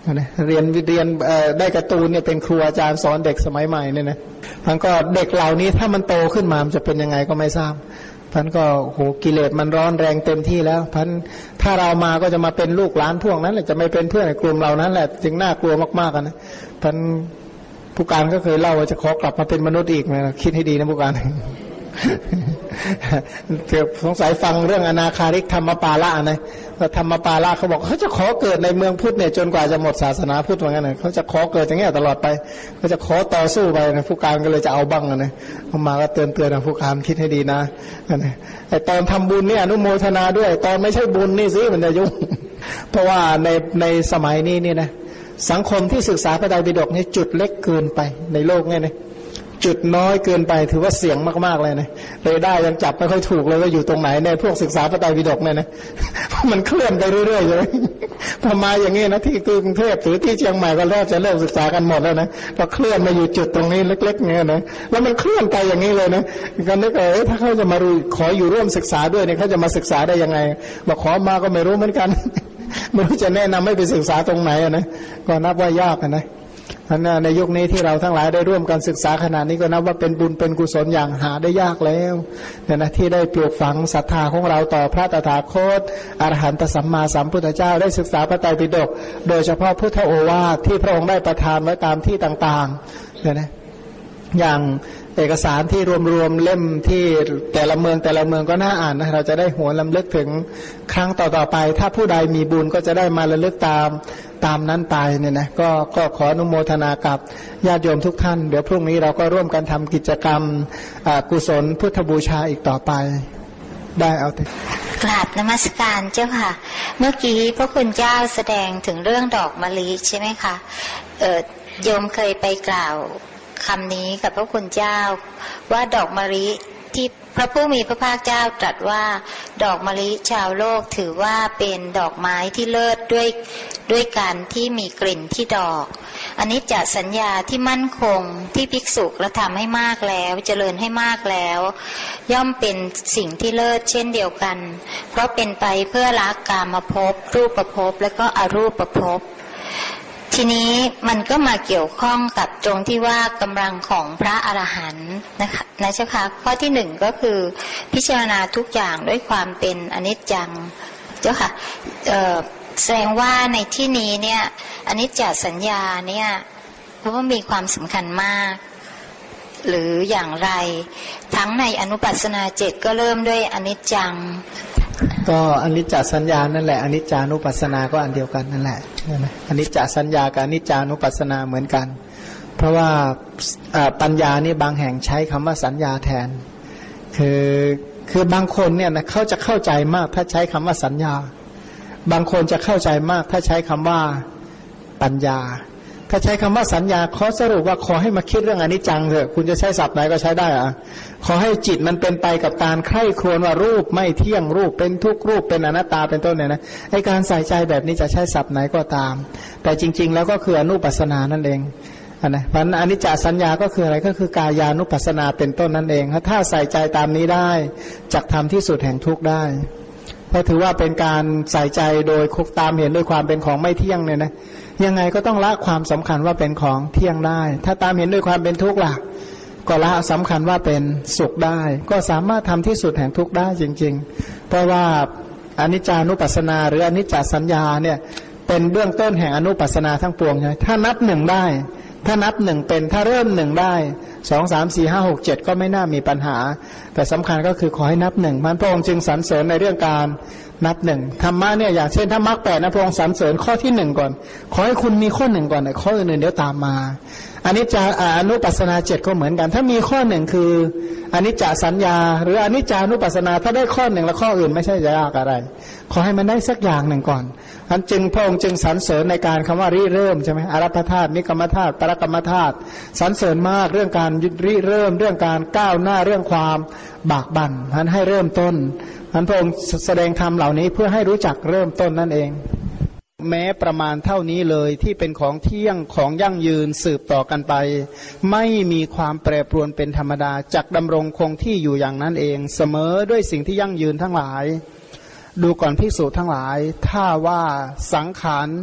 นะเรียนได้การ์ตูนเนี่ยเป็นครูอาจารย์สอนเด็กสมัยใหม่เนี่ยนะมันก็เด็กเหล่านี้ถ้ามันโตขึ้นมามันจะเป็นยังไงก็ไม่ทราบพันก็โหกิเลสมันร้อนแรงเต็มที่แล้วพันถ้าเรามาก็จะมาเป็นลูกหลานพวกนั้นแหละจะไม่เป็นเพื่อนในกลุ่มเรานั้นแหละจึงน่ากลัวมากๆนะพันผู้การก็เคยเล่าว่าจะขอกลับมาเป็นมนุษย์อีกนะคิดให้ดีนะผู้การเกือบสงสัยฟังเรื่องอนาคาริกธรรมปาละนะว่าธรรมปาละเขาบอกเขาจะขอเกิดในเมืองพุทธเนี่ยจนกว่าจะหมดศาสนาพุทธเหมือนกันนะเขาจะขอเกิดอย่างเงี้ยตลอดไปเขาจะขอต่อสู้ไปนะผู้การก็เลยจะเอาบ้างนะเอามาก็เตือนนะผู้การคิดให้ดีนะไอตอนทำบุญเนี่ยอนุโมทนาด้วยตอนไม่ใช่บุญนี่สิมันจะยุ่งเพราะว่าในสมัยนี้นี่นะสังคมที่ศึกษาพระไตรปิฎกนี่จุดเล็กเกินไปในโลกเนี่ยนะจุดน้อยเกินไปถือว่าเสี่ยงมากๆเลยนะเลยได้ยังจับไม่ค่อยถูกเลยว่าอยู่ตรงไหนในพวกศึกษาพระไตรปิฎกเนี่ยนะมันเคลื่อนไปเรื่อยๆเลยพอมาอย่างนี้นะที่กรุงเทพหรือที่เชียงใหม่ก็เริ่มจะเริ่มศึกษากันหมดแล้วนะพอเคลื่อนมาอยู่จุดตรงนี้เล็กๆเนี่ยนะแล้วมันเคลื่อนไปอย่างนี้เลยนะก็นึกถ้าเขาจะมาขออยู่ร่วมศึกษาด้วยเนี่ยเขาจะมาศึกษาได้ยังไงบอกขอมาก็ไม่รู้เหมือนกันไม่รู้จะแนะนำให้ไปศึกษาตรงไหนนะก็นับว่ายากนะในยุคนี้ที่เราทั้งหลายได้ร่วมกันศึกษาขนาดนี้ก็นับว่าเป็นบุญเป็นกุศลอย่างหาได้ยากแล้วเนี่ยนะที่ได้ปลูกฝังศรัทธาของเราต่อพระตถาคตอรหันตสัมมาสัมพุทธเจ้าได้ศึกษาพระไตรปิฎกโดยเฉพาะพุทธโอวาทที่พระองค์ได้ประทานไว้ตามที่ต่างๆเนี่ยนะอย่างเอกสารที่รวมเล่มที่แต่ละเมืองก็น่าอ่านนะเราจะได้หวนรำลึกถึงครั้งต่อๆไปถ้าผู้ใดมีบุญก็จะได้มาระลึกตามนั้นไปเนี่ยนะก็ขออนุโมทนากับญาติโยมทุกท่านเดี๋ยวพรุ่งนี้เราก็ร่วมกันทำกิจกรรมกุศลพุทธบูชาอีกต่อไปได้เอาเถอะกราบนมัสการเจ้าค่ะเมื่อกี้พระคุณเจ้าแสดงถึงเรื่องดอกมะลิใช่ไหมคะโยมเคยไปกล่าวคำนี้กับพระคุณเจ้าว่าดอกมะลิที่พระผู้มีพระภาคเจ้าตรัสว่าดอกมะลิชาวโลกถือว่าเป็นดอกไม้ที่เลิศด้วยการที่มีกลิ่นที่ดอกอันนี้จะสัญญาที่มั่นคงที่ภิกษุกระทำให้มากแล้วเจริญให้มากแล้วย่อมเป็นสิ่งที่เลิศเช่นเดียวกันเพราะเป็นไปเพื่อละกามภพรูปภพและก็อรูปภพทีนี้มันก็มาเกี่ยวข้องกับตรงที่ว่ากำลังของพระอรหันต์นะคะนะเจ้าค่ะข้อที่หนึ่งก็คือพิจารณาทุกอย่างด้วยความเป็นอนิจจังเจ้าค่ะแสดงว่าในที่นี้เนี่ยอนิจจสัญญาเนี่ยเพราะว่ามีความสำคัญมากหรืออย่างไรทั้งในอนุปัสสนา7ก็เริ่มด้วยอนิจจังก็อนิจจสัญญานั่นแหละอนิจจานุปัสสนาก็อันเดียวกันนั่นแหละอนิจจสัญญากับอนิจจานุปัสสนาเหมือนกันเพราะว่าปัญญานี่บางแห่งใช้คำว่าสัญญาแทนคือบางคนเนี่ยนะเขาจะเข้าใจมากถ้าใช้คำว่าสัญญาบางคนจะเข้าใจมากถ้าใช้คำว่าปัญญาถ้าใช้คำว่าสัญญาขอสรุปว่าขอให้มาคิดเรื่องอนิจจังเถอะคุณจะใช้ศัพท์ไหนก็ใช้ได้อะขอให้จิตมันเป็นไปกับการใคร่ครวญว่ารูปไม่เที่ยงรูปเป็นทุกข์รูปเป็นอนัตตาเป็นต้นเนี่ยนะไอ้การใส่ใจแบบนี้จะใช้ศัพท์ไหนก็ตามแต่จริงๆแล้วก็คืออนุปัสสนานั่นเองนะเพราะอนิจจสัญญาก็คืออะไรก็คือกายานุปัสสนาเป็นต้นนั่นเองถ้าใส่ใจตามนี้ได้จักทำที่สุดแห่งทุกข์ได้เพราะถือว่าเป็นการใส่ใจโดยคุกตามเห็นด้วยความเป็นของไม่เที่ยงเนี่ยนะยังไงก็ต้องละความสำคัญว่าเป็นของเที่ยงได้ถ้าตามเห็นด้วยความเป็นทุกข์ล่ะก็ละสำคัญว่าเป็นสุขได้ก็สามารถทำที่สุดแห่งทุกข์ได้จริงๆเพราะว่าอนิจจานุปัสสนาหรืออนิจจสัญญาเนี่ยเป็นเบื้องต้นแห่งอนุปัสสนาทั้งปวงใช่ไหมถ้านับหนึ่งได้ถ้านับหนึ่งเป็นถ้าเริ่มหนึ่งได้2 3 4 5 6 7ก็ไม่น่ามีปัญหาแต่สำคัญก็คือขอให้นับหนึ่งมันพระองค์จึงสรรเสริญในเรื่องการนับหนึ่งธรรมะเนี่ยอย่างเช่นถ้ามรรค8นะพระองค์สรรเสริญข้อที่หนึ่งก่อนขอให้คุณมีข้อหนึ่งก่อนข้ออื่นๆเดี๋ยวตามมาอนิจจาอนุปัสสนา7ก็เหมือนกันถ้ามีข้อหนึ่งคืออนิจจสัญญาหรืออนิจจานุปัสสนาถ้าได้ข้อหนึ่งแล้วข้ออื่นไม่ใช่จะยากอะไรขอให้มันได้สักอย่างหนึ่งก่อนอันจึงพระองค์จึงสรรเสริญในการคำว่าริเริ่มใช่ไหมอารัปธาตุนิกรรมธาตุปรกรรมธาตุสรรเสริญมากเรื่องการริเริ่มเรื่องการก้าวหน้าเรื่องความบากบั่นท่านให้เริ่มต้นท่านพระองค์แสดงธรรมเหล่านี้เพื่อให้รู้จักเริ่มต้นนั่นเองแม้ประมาณเท่านี้เลยที่เป็นของเที่ยงของยั่งยืนสืบต่อกันไปไม่มีความแปรปรวนเป็นธรรมดาจักดำรงคงที่อยู่อย่างนั้นเองเสมอด้วยสิ่งที่ยั่งยืนทั้งหลายดูก่อนภิกษุทั้งหลายถ้าว่าสังขาร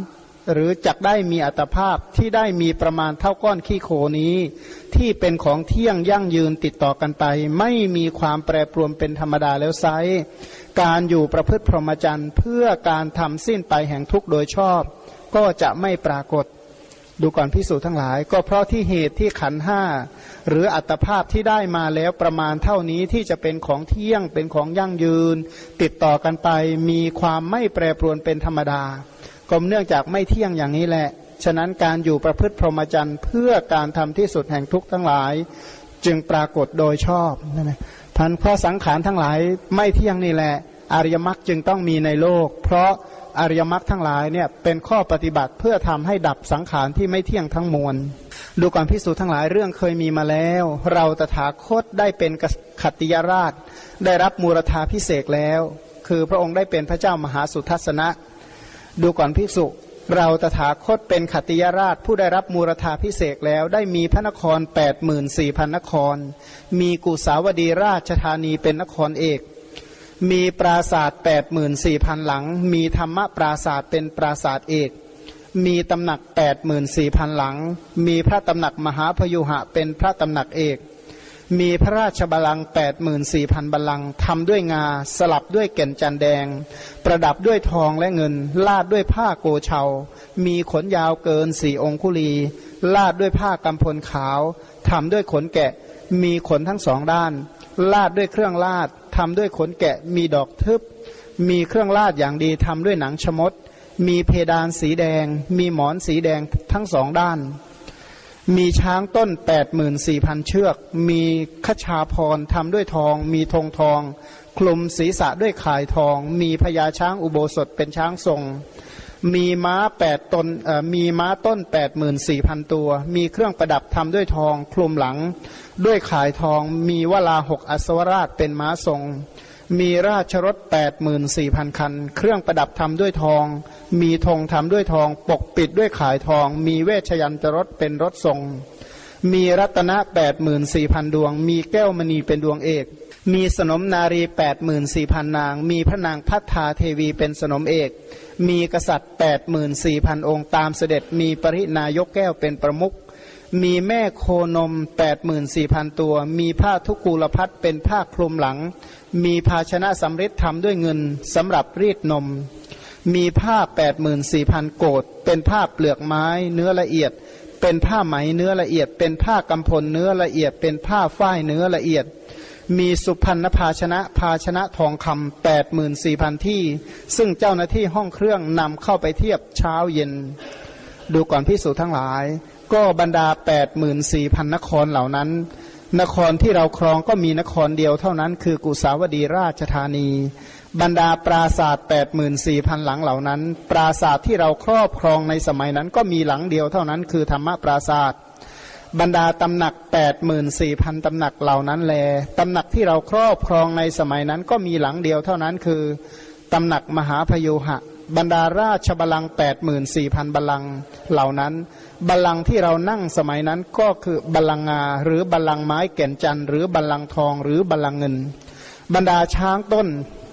หรือจักได้มีอัตภาพที่ได้มีประมาณเท่าก้อนขี้โคนี้ที่เป็นของเที่ยงยั่งยืนติดต่อกันไปไม่มีความแปรปรวนเป็นธรรมดาแล้วไซร้การอยู่ประพฤติพรหมจรรย์เพื่อการทำสิ้นไปแห่งทุกข์โดยชอบก็จะไม่ปรากฏดูก่อนภิกษุทั้งหลายก็เพราะที่เหตุที่ขันธ์ห้าหรืออัตภาพที่ได้มาแล้วประมาณเท่านี้ที่จะเป็นของเที่ยงเป็นของยั่งยืนติดต่อกันไปมีความไม่แปรปรวนเป็นธรรมดาก็เนื่องจากไม่เที่ยงอย่างนี้แหละฉะนั้นการอยู่ประพฤติพรหมจรรย์เพื่อการทำที่สุดแห่งทุกข์ทั้งหลายจึงปรากฏโดยชอบนั่นแหละพันเพราะสังขารทั้งหลายไม่เที่ยงนี่แหละอริยมรรคจึงต้องมีในโลกเพราะอริยมรรคทั้งหลายเนี่ยเป็นข้อปฏิบัติเพื่อทำให้ดับสังขารที่ไม่เที่ยงทั้งมวลดูก่อนภิกษุทั้งหลายเรื่องเคยมีมาแล้วเราตถาคตได้เป็นขัตติยราชได้รับมูรธาภิเษกแล้วคือพระองค์ได้เป็นพระเจ้ามหาสุทัศนะดูก่อนภิกษุเราตถาคตเป็นขัตติยราชผู้ได้รับมูรธาภิเษกแล้วได้มีพระนคร 84,000 นครมีกุสาวดีราชธานีเป็นนครเอกมีปราสาท 84,000 หลังมีธรรมปราสาทเป็นปราสาทเอกมีตำหนัก 84,000 หลังมีพระตำหนักมหาพยุหะเป็นพระตำหนักเอกมีพระราชบัลลังก์ 84,000 บัลลังก์ทำด้วยงาสลับด้วยแก่นจันแดงประดับด้วยทองและเงินลาดด้วยผ้าโกเชามีขนยาวเกิน4 องคุลีลาดด้วยผ้ากำพลขาวทำด้วยขนแกะมีขนทั้งสองด้านลาดด้วยเครื่องลาดทำด้วยขนแกะมีดอกทึบมีเครื่องลาดอย่างดีทำด้วยหนังชมดมีเพดานสีแดงมีหมอนสีแดงทั้งสองด้านมีช้างต้น 84,000 เชือกมีคชาพรทำด้วยทองมีธงทองคลุมศีรษะด้วยข่ายทองมีพญาช้างอุโบสถเป็นช้างทรงมีม้า8 ตนมีม้าต้น 84,000 ตัวมีเครื่องประดับทำด้วยทองคลุมหลังด้วยข่ายทองมีวลา6 อัศวราชเป็นม้าทรงมีราชรถ 84,000 คันเครื่องประดับทำด้วยทองมีธงทำด้วยทองปกปิดด้วยข่ายทองมีเวชยันตรถเป็นรถทรงมีรัตนะ 84,000 ดวงมีแก้วมณีเป็นดวงเอกมีสนมนารี 84,000 นางมีพระนางพัฒนาเทวีเป็นสนมเอกมีกษัตริย์ 84,000 องค์ตามเสด็จมีปรินายกแก้วเป็นประมุขมีแม่โคนม 84,000 ตัวมีผ้าทุกูลพัดเป็นผ้าคลุมหลังมีภาชนะสำริดทำด้วยเงินสำหรับรีดนมมีผ้า 84,000 โกฏเป็นผ้าเปลือกไม้เนื้อละเอียดเป็นผ้าไหมเนื้อละเอียดเป็นผ้ากำพลเนื้อละเอียดเป็นผ้าฝ้ายเนื้อละเอียดมีสุพรรณภาชนะทองคำ 84,000 ที่ซึ่งเจ้าหน้าที่ห้องเครื่องนำเข้าไปเทียบเช้าเย็นดูก่อนภิกษุทั้งหลายก็บรรดา 84,000 นครเหล่านั้นนครที่เราครองก็มีนครเดียวเท่านั้นคือกุสาวดีราชธานีบรรดาปราสาท 84,000 หลังเหล่านั้นปราสาทที่เราครอบครองในสมัยนั้นก็มีหลังเดียวเท่านั้นคือธรรมปราสาทบรรดาตำหนัก 84,000 ตำหนักเหล่านั้นแลตำหนักที่เราครอบครองในสมัยนั้นก็มีหลังเดียวเท่านั้นคือตำหนักมหาพยุหะบรรดาราชบัลลังก์ 84,000 บัลลังก์เหล่านั้นบัลลังก์ที่เรานั่งสมัยนั้นก็คือบัลลังก์งาหรือบัลลังก์ไม้แก่นจันทร์หรือบัลลังก์ทองหรือบัลลังก์เงินบรรดาช้างต้น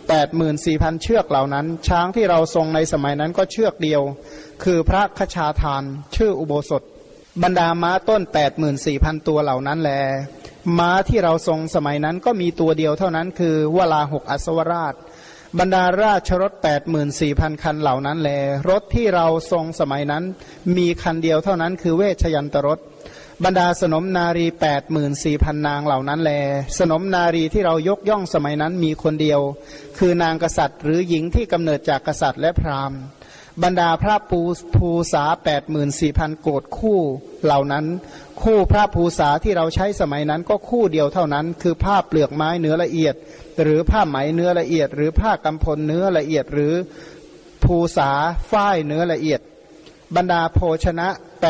84,000 เชือกเหล่านั้นช้างที่เราทรงในสมัยนั้นก็เชือกเดียวคือพระคชาทานชื่ออุโบสถบรรดาม้าต้น 84,000 ตัวเหล่านั้นแลม้าที่เราทรงสมัยนั้นก็มีตัวเดียวเท่านั้นคือวลา6 อัศวราชบรรดาราชรถ 84,000 คันเหล่านั้นแลรถที่เราทรงสมัยนั้นมีคันเดียวเท่านั้นคือเวชยันตรถบรรดาสนมนารี 84,000 นางเหล่านั้นแลสนมนารีที่เรายกย่องสมัยนั้นมีคนเดียวคือนางกษัตริย์หรือหญิงที่กำเนิดจากกษัตริย์และพราหมณ์บรรดาพระภูษา 84,000 โกฏคู่เหล่านั้นคู่พระภูษาที่เราใช้สมัยนั้นก็คู่เดียวเท่านั้นคือผ้าเปลือกไม้เนื้อละเอียดหรือผ้าไหมเนื้อละเอียดหรือผ้ากำพลเนื้อละเอียดหรือภูษาฝ้ายเนื้อละเอียดบรรดาโภชนะ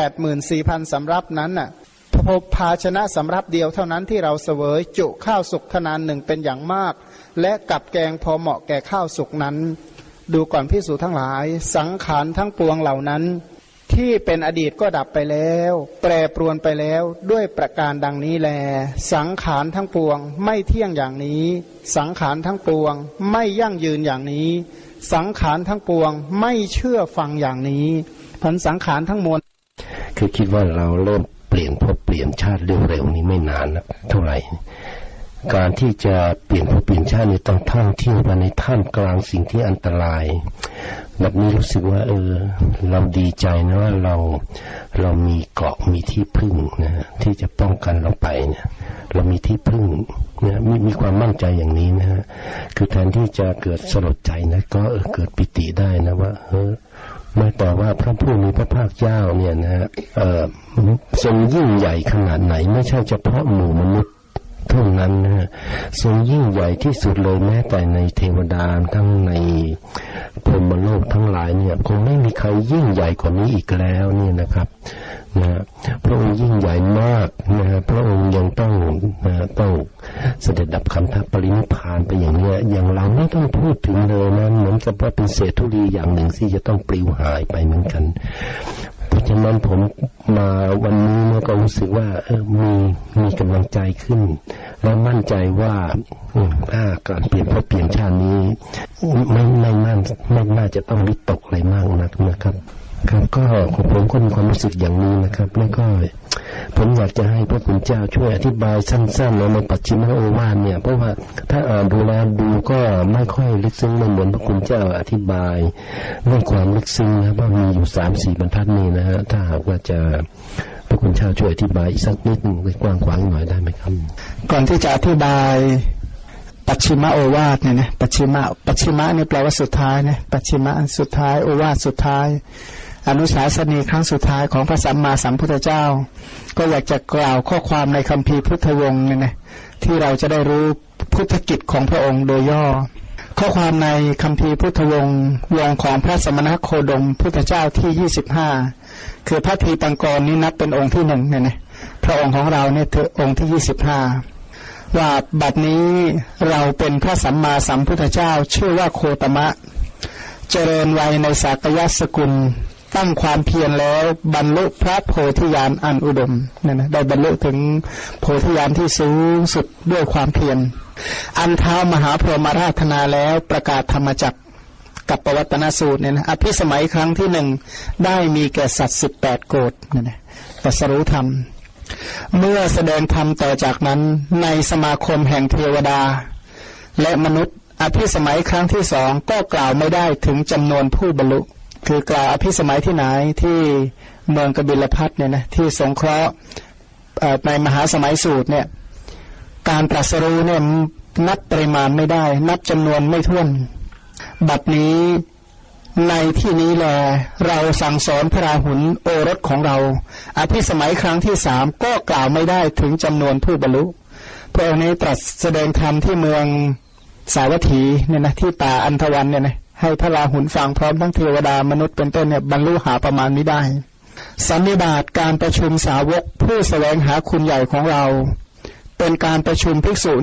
84,000 สำรับนั้นน่ะภาชนะสำรับเดียวเท่านั้นที่เราเสวยจุข้าวสุกทนานหนึ่งเป็นอย่างมากและกับแกงพอเหมาะแก่ข้าวสุกนั้นดูก่อนภิกษุทั้งหลายสังขารทั้งปวงเหล่านั้นที่เป็นอดีตก็ดับไปแล้วแปรปรวนไปแล้วด้วยประการดังนี้แลสังขารทั้งปวงไม่เที่ยงอย่างนี้สังขารทั้งปวงไม่ยั่งยืนอย่างนี้สังขารทั้งปวงไม่เชื่อฟังอย่างนี้พันสังขารทั้งมวลคือคิดว่าเราเริ่มเปลี่ยนภพเปลี่ยนชาติเร็วๆนี้ไม่นานนะเท่าไหร่การที่จะเปลี่ยนภพเปลี่ยนชาตินี่ต้องท่องเที่ยวไปในท่ามกลางสิ่งที่อันตรายแบบนี้รู้สึกว่าเราดีใจนะว่าเรามีเกราะมีที่พึ่งนะที่จะป้องกันเราไปเนี่ยเรามีที่พึ่งนะมีความมั่นใจอย่างนี้นะฮะคือแทนที่จะเกิดสลดใจนะก็เกิดปิติได้นะว่าแม้แต่ว่าพระผู้มีพระภาคเจ้าเนี่ยนะฮะทรงยิ่งใหญ่ขนาดไหนไม่ใช่เฉพาะหมู่มนุษย์เท่านั้นนะฮะทรงยิ่งใหญ่ที่สุดเลยแม้แต่ในเทวดาทั้งในพรหมโลกทั้งหลายเนี่ยคงไม่มีใครยิ่งใหญ่กว่านี้อีกแล้วนี่นะครับนะพระองค์ยิ่งใหญ่มากนะพระองค์ยังต้องเสด็จดับขันธปรินิพพานไปอย่างเนี้ยอย่างเราไม่ต้องพูดถึงเลยนะเหมือนกับว่าเป็นเศษธุลีอย่างหนึ่งที่จะต้องปลิวหายไปเหมือนกันเพราะฉะนั้นผมมาวันนี้เนี่ยก็รู้สึกว่ามีกำลังใจขึ้นและมั่นใจว่าถ้าการเปลี่ยนภพเปลี่ยนชาตินี้ไม่น่าจะต้องวิตกอะไรมากนักนะครับครับก็ผมก็มีความรู้สึกอย่างนี้นะครับแล้วก็ผมอยากจะให้พระคุณเจ้าช่วยอธิบายสั้นๆในปัจฉิมโอวาทเนี่ยเพราะว่าถ้าอ่านดูแล้วดูก็ไม่ค่อยลึกซึ้งเหมือนพระคุณเจ้าอธิบายด้วยความลึกซึ้งนะว่ามีอยู่ 3-4 บรรทัดนี้นะฮะถ้าหากว่าจะพระคุณเจ้าช่วยอธิบายอีกสักนิดนึงกว้างขวางหน่อยได้ไหมครับก่อนที่จะอธิบายปัจฉิมโอวาทเนี่ยนะปัจฉิมะนี่แปลว่าสุดท้ายนะปัจฉิมะอันสุดท้ายโอวาทสุดท้ายอนุสาสนีครั้งสุดท้ายของพระสัมมาสัมพุทธเจ้าก็อยากจะกล่าวข้อความในคัมภีร์พุทธวงศ์เนี่ยนะที่เราจะได้รู้พุทธกิจของพระองค์โดยย่อข้อความในคัมภีร์พุทธวงศ์ของพระสมณโคดมพุทธเจ้าที่25คือพระทีปังกรนี้นับเป็นองค์ที่1เนี่ยนะพระองค์ของเราเนี่ยองค์ที่25ว่าบัดนี้เราเป็นพระสัมมาสัมพุทธเจ้าชื่อว่าโคตมะเจริญวัยในสากยสกุลตั้งความเพียรแล้วบรรลุพระโพธิญาณอันอุดมเนี่ยนะได้บรรลุถึงโพธิญาณที่สูงสุดด้วยความเพียรอันเท้ามหาพรหมราธนาแล้วประกาศธรรมจักรกับปวัตตนสูตรเนี่ยนะอภิสมัยครั้งที่1ได้มีแก่สัตว์18โกฏเนี่ยนะตรัสรู้ธรรมเมื่อแสดงธรรมต่อจากนั้นในสมาคมแห่งเทวดาและมนุษย์อภิสมัยครั้งที่2ก็กล่าวไม่ได้ถึงจำนวนผู้บรรลุคือกล่าวอภิสมัยที่ไหนที่เมืองกบิลพัสเนี่ยนะที่สงเคราะห์ในมหาสมัยสูตรเนี่ยการตรัสรู้เนี่ยนับปริมาณไม่ได้นับจำนวนไม่ถ้วนบัดนี้ในที่นี้แลเราสั่งสอนพระราหุลโอรสของเราอภิสมัยครั้งที่3ก็กล่าวไม่ได้ถึงจำนวนผู้บรรลุพระองค์นี้ตรัสแสดงธรรมที่เมืองสาวัตถีเนี่ยนะที่ป่าอันธวันเนี่ยนะให้พระราหุลฟังพร้อมทั้งเทวดามนุษย์เป็นต้นเนี่ยบรรลุหาประมาณไม่ได้สันนิบาตการประชุมสาวกผู้แสวงหาคุณใหญ่ของเราเป็นการประชุมภิกษุ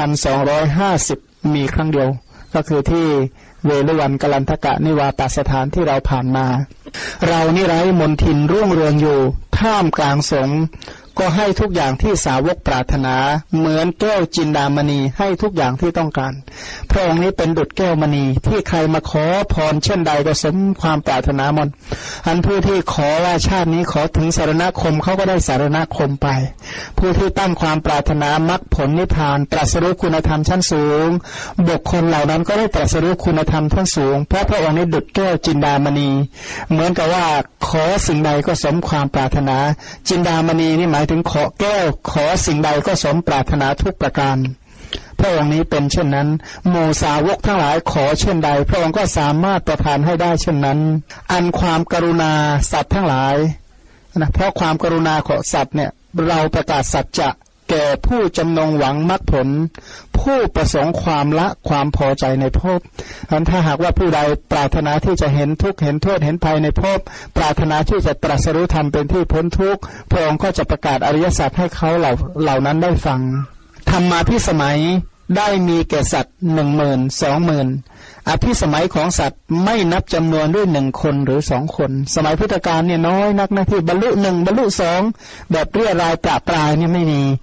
1,250 มีครั้งเดียวก็คือที่เวฬุวันกลันทกะนิวาตสถานที่เราผ่านมาเรานี่ไร้มนทินรุ่งเรืองอยู่ท่ามกลางสงฆ์ก็ให้ทุกอย่างที่สาวกปรารถนาเหมือนแก้วจินดามณีให้ทุกอย่างที่ต้องการพระองค์นี้เป็นดุจแก้วมณีที่ใครมาขอพรเช่นใดก็สมความปรารถนาหมดอันผู้ที่ขอว่าชาตินี้ขอถึงสารณคมเขาก็ได้สารณคมไปผู้ที่ตั้งความปรารถนามรรคผลนิพพานตรัสรู้คุณธรรมชั้นสูงบุคคลเหล่านั้นก็ได้ตรัสรู้คุณธรรมชั้นสูงเพราะพระองค์นี้ดุจแก้วจินดามณีเหมือนกับว่าขอสิ่งใดก็สมความปรารถนาจินดามณีนี่หมายถึงขอแก้วขอสิ่งใดก็สมปรารถนาทุกประการพระองค์นี้เป็นเช่นนั้นหมู่สาวกทั้งหลายขอเช่นใดพระองค์ก็สามารถประทานให้ได้เช่นนั้นอันความกรุณาสัตว์ทั้งหลายนะเพราะความกรุณาของสัตว์เนี่ยเราประกาศสัจจะแก่ผู้จำนงหวังมรรคผลผู้ประสงค์ความละความพอใจในภพถ้าหากว่าผู้ใดปรารถนาที่จะเห็นทุกข์เห็นโทษเห็นภัยในภพปรารถนาที่จะตรัสรู้ธรรมเป็นที่พ้นทุกข์พระองค์ก็จะประกาศอริยสัจให้เขาเหล่านั้นได้ฟังธรรมาภิสมัยได้มีแก่สัตว์ 10,000-20,000 อภิสมัยของสัตว์ไม่นับจำนวนด้วย1คนหรือ2คนสมัยพุทธกาลเนี่ยน้อยนักนะที่บรรลุ1บรรลุ2แบบเรียรายประปรายเนี่ยไม่มี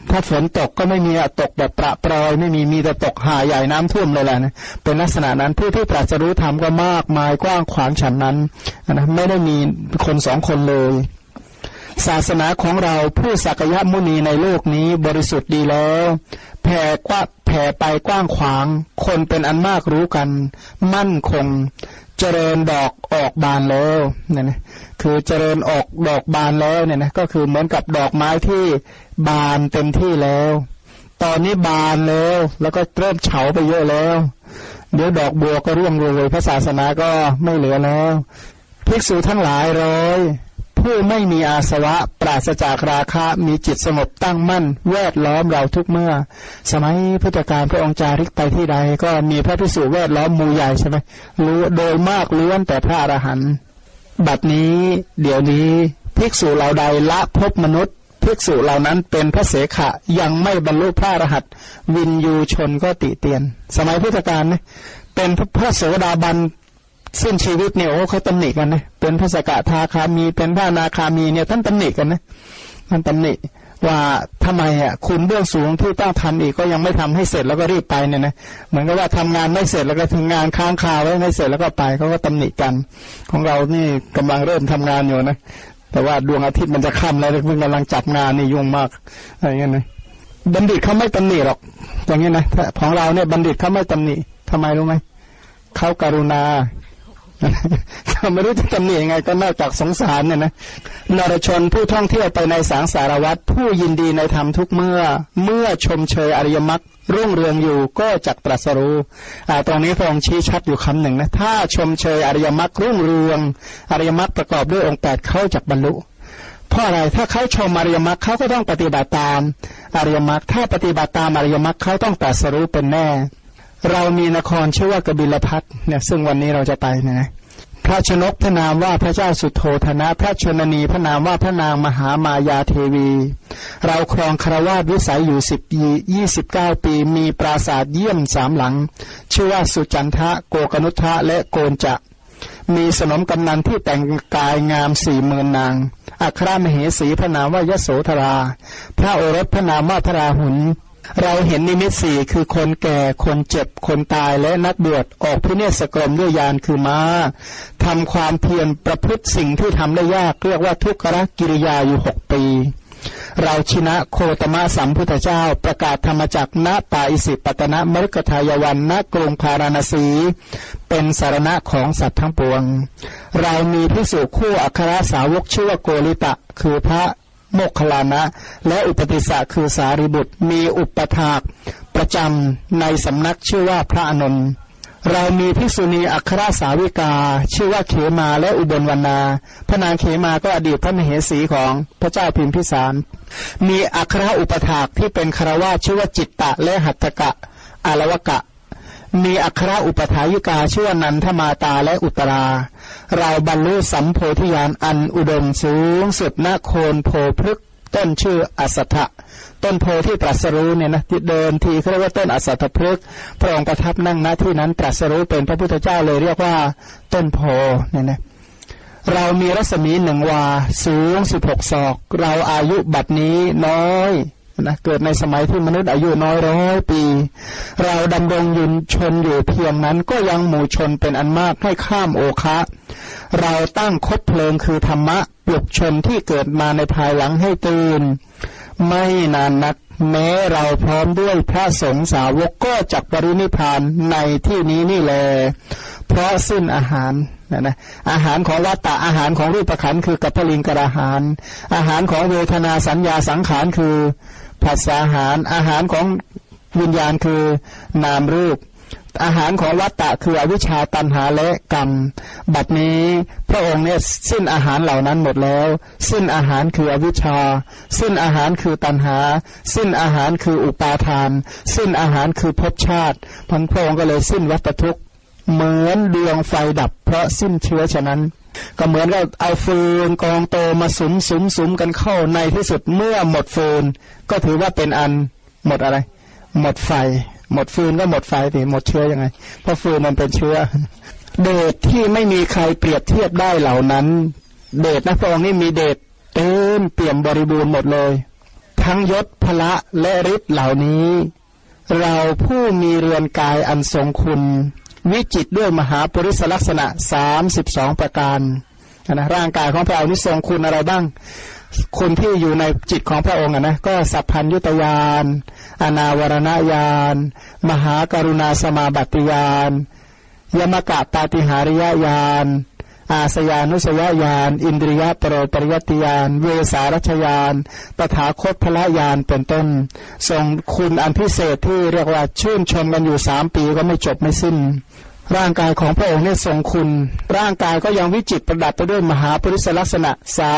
ถ้าฝนตกก็ไม่มีตกแบบประปรอยไม่มีแต่ตกหาใหญ่น้ำท่วมเลยแหละนะเป็นลักษณะนั้นผู้ที่ตรัสรู้ธรรมก็มากมายกว้างขวางฉันนั้นนะไม่ได้มีคนสองคนเลยศาสนาของเราผู้สักยมุนีในโลกนี้บริสุทธิ์ดีแล้วแผ่ไปกว้างขวางคนเป็นอันมากรู้กันมั่นคงเจริญดอกออกบานแล้วเนี่ยนะคือเจริญออกดอกบานแล้วเนี่ยนะก็คือเหมือนกับดอกไม้ที่บานเต็มที่แล้วตอนนี้บานแล้วก็เริ่มเฉาไปเยอะแล้วเดี๋ยวดอกบัวก็ร่วงโรยพระศาสนาก็ไม่เหลือแล้วภิกษุทั้งหลายร้อยผู้ไม่มีอาสวะปราศจากราคะมีจิตสงบตั้งมั่นแวดล้อมเราทุกเมื่อสมัยพุทธกาลพระองค์จาริกไปที่ใดก็มีพระภิกษุแวดล้อมหมู่ใหญ่ใช่ไหมรู้โดยมากล้วนแต่พระอรหันต์บัดนี้เดี๋ยวนี้ภิกษุเหล่าใดละภพมนุษย์ภิกษุเหล่านั้นเป็นพระเสขะยังไม่บรรลุพระอรหันต์วินยูชนก็ติเตียนสมัยพุทธกาลนะเป็นพระโสดาบันสิ้นชีวิตเนี่ยโอ้เขาตำหนิกันนะเป็นพระสกทาคามีเป็นพระอนาคามีเนี่ยท่านตำหนิกันนะท่านตำหนิว่าทำไมคุณเบื้องสูงที่ต้องทำอีกก็ยังไม่ทำให้เสร็จแล้วก็รีบไปเนี่ยนะเหมือนกับว่าทำงานไม่เสร็จแล้วก็ถึงงานค้างคาไว้ไม่เสร็จแล้วก็ไปเขาก็ตำหนิกันของเรานี่กำลังเริ่มทำงานอยู่นะแต่ว่าดวงอาทิตย์มันจะค่ำแล้วเพิ่งกำลังจับงานนี่ยุ่งมากอะไรเงี้ยนะบัณฑิตเขาไม่ตำหนิหรอกอย่างนี้นะของเราเนี่ยบัณฑิตเขาไม่ตำหนิทำไมรู้ไหมเขากรุณาเขาไม่รู้จะตำหนิยังไงก็นอกจากสงสารเนี่ยนะนรชนผู้ท่องเที่ยวไปในสังสารวัฏผู้ยินดีในธรรมทุกเมื่อชมเชยอริยมรรครุ่งเรืองอยู่ก็จักตรัสรู้ตรงนี้พระองค์ชี้ชัดอยู่คำหนึ่งนะถ้าชมเชยอริยมรรครุ่งเรืองอริยมรรคประกอบด้วยองค์8เขาจักบรรลุเพราะอะไรถ้าเขาชมอริยมรรคเขาก็ต้องปฏิบัติตามอริยมรรคถ้าปฏิบัติตามอริยมรรคเขาต้องตรัสรู้เป็นแน่เรามีนครชื่อว่ากบิลพัสเนี่ยซึ่งวันนี้เราจะไปนะพระชนกพระนามว่าพระเจ้าสุโธธนะพระชนนีพระนามว่าพระนางมหามายาเทวีเราครองคฤหัสถ์วิสัยอยู่29 ปีมีปราสาทเยี่ยม3 หลังชื่อว่าสุจันทะโกกนุทะและโกนจะมีสนมกำนันที่แต่งกายงาม 40,000 นางอัครมเหสีพระนามว่ายโสธราพระโอรสพระนามว่าพระราหุลเราเห็นนิมิต4คือคนแก่คนเจ็บคนตายและนักบวชออกพิเนศกรมด้วยยานคือม้าทำความเพียรประพฤติสิ่งที่ทำได้ยากเรียกว่าทุกขกิริยาอยู่6 ปีเราชินะโคตมะสัมพุทธเจ้าประกาศธรรมจักรณป่าอิสิปตนมฤคทายวันณกรุงพาราณสีเป็นสารณะของสัตว์ทั้งปวงเรามีภิกษุคู่อัครสาวกชื่อว่าโกริตะคือพระโมคคัลลานะและอุปติสสะคือสารีบุตรมีอุปถากประจำในสำนักชื่อว่าพระอานนท์เรามีภิกษุณีอัครสาวิกาชื่อว่าเขมาและอุบลวรรณาพระนางเขมาก็อดีตพระมเหสีของพระเจ้าพิมพิสารมีอัครอุปถากที่เป็นคฤหัสถ์ชื่อว่าจิตตะและหัตถกะอารวกะมีอัครอุปถายิกาชื่อว่านันทมาตาและอุตราเราบรรลุสัมโพธิญาณอันอุดมสูงสุดณโคนโพพฤกษ์ต้นชื่ออัสสทะต้นโพที่ตรัสรู้เนี่ยนะที่เดินทีเขาเรียกว่าต้นอัสสทพฤกษ์พระองค์ประทับนั่งณที่นั้นตรัสรู้เป็นพระพุทธเจ้าเลยเรียกว่าต้นโพเนี่ยนะเรามีรัศมี1 วาสูง16 ศอกเราอายุบัดนี้น้อยนะเกิดในสมัยที่มนุษย์อายุน้อย100 ปีเราดำรงยืนชนอยู่เพียงนั้นก็ยังหมู่ชนเป็นอันมากให้ข้ามโอคะเราตั้งคบเพลิงคือธรรมะปลุกชนที่เกิดมาในภายหลังให้ตื่นไม่นานนักแม้เราพร้อมด้วยพระสงฆ์สาวกก็จักปรินิพพานในที่นี้นี่แลเพราะสิ้นอาหารนะอาหารของวัตตะอาหารของรูปขันธ์คือกัปปลิงกอาหารอาหารของเวทนาสัญญาสังขารคือผัสสะอาหารอาหารของวิญญาณคือนามรูปอาหารของวัตตะคืออวิชชาตัณหาและกรรมบัดนี้พระองค์เนี่ยสิ้นอาหารเหล่านั้นหมดแล้วสิ้นอาหารคืออวิชชาสิ้นอาหารคือตัณหาสิ้นอาหารคืออุปาทานสิ้นอาหารคือภพชาติพระองค์ก็เลยสิ้นวัฏทุกข์เหมือนดวงไฟดับเพราะสิ้นเชื้อฉะนั้นก็เหมือนกับเอาฟืนกองโตมาสุมกันเข้าในที่สุดเมื่อหมดฟืนก็ถือว่าเป็นอันหมดอะไรหมดไฟหมดฟืนก็หมดไฟสิหมดเชื้อยังไงเพราะฟืนมันเป็นเชื้อเดชที่ไม่มีใครเปรียบเทียบได้เหล่านั้นเดชนะพระองค์นี่มีเดชเต็มเปี่ยมบริบูรณ์หมดเลยททั้งยศพละและฤทธิ์เหล่านี้เราผู้มีเรือนกายอันทรงคุณวิจิตด้วยมหาปริศลักษณะ32ประการนะร่างกายของพระองค์นี้ทรงคุณอะไรบ้างคุณที่อยู่ในจิตของพระองค์นะก็สัพพัญญุตญาณอนาวรณญาณมหากรุณาสมาบัติญาณยมกะปาฏิหาริยญาณอาสยานุสยญาณอินทรียปรปริยัติญาณเวสารัชญาณตถาคตพละญาณเป็นต้นทรงคุณอันพิเศษที่เรียกว่าชื่นชมกันอยู่3 ปีก็ไม่จบไม่สิ้นร่างกายของพระองค์นี่ทรงคุณร่างกายก็ยังวิจิตรประดับไปด้วยมหาปริศลักษณะ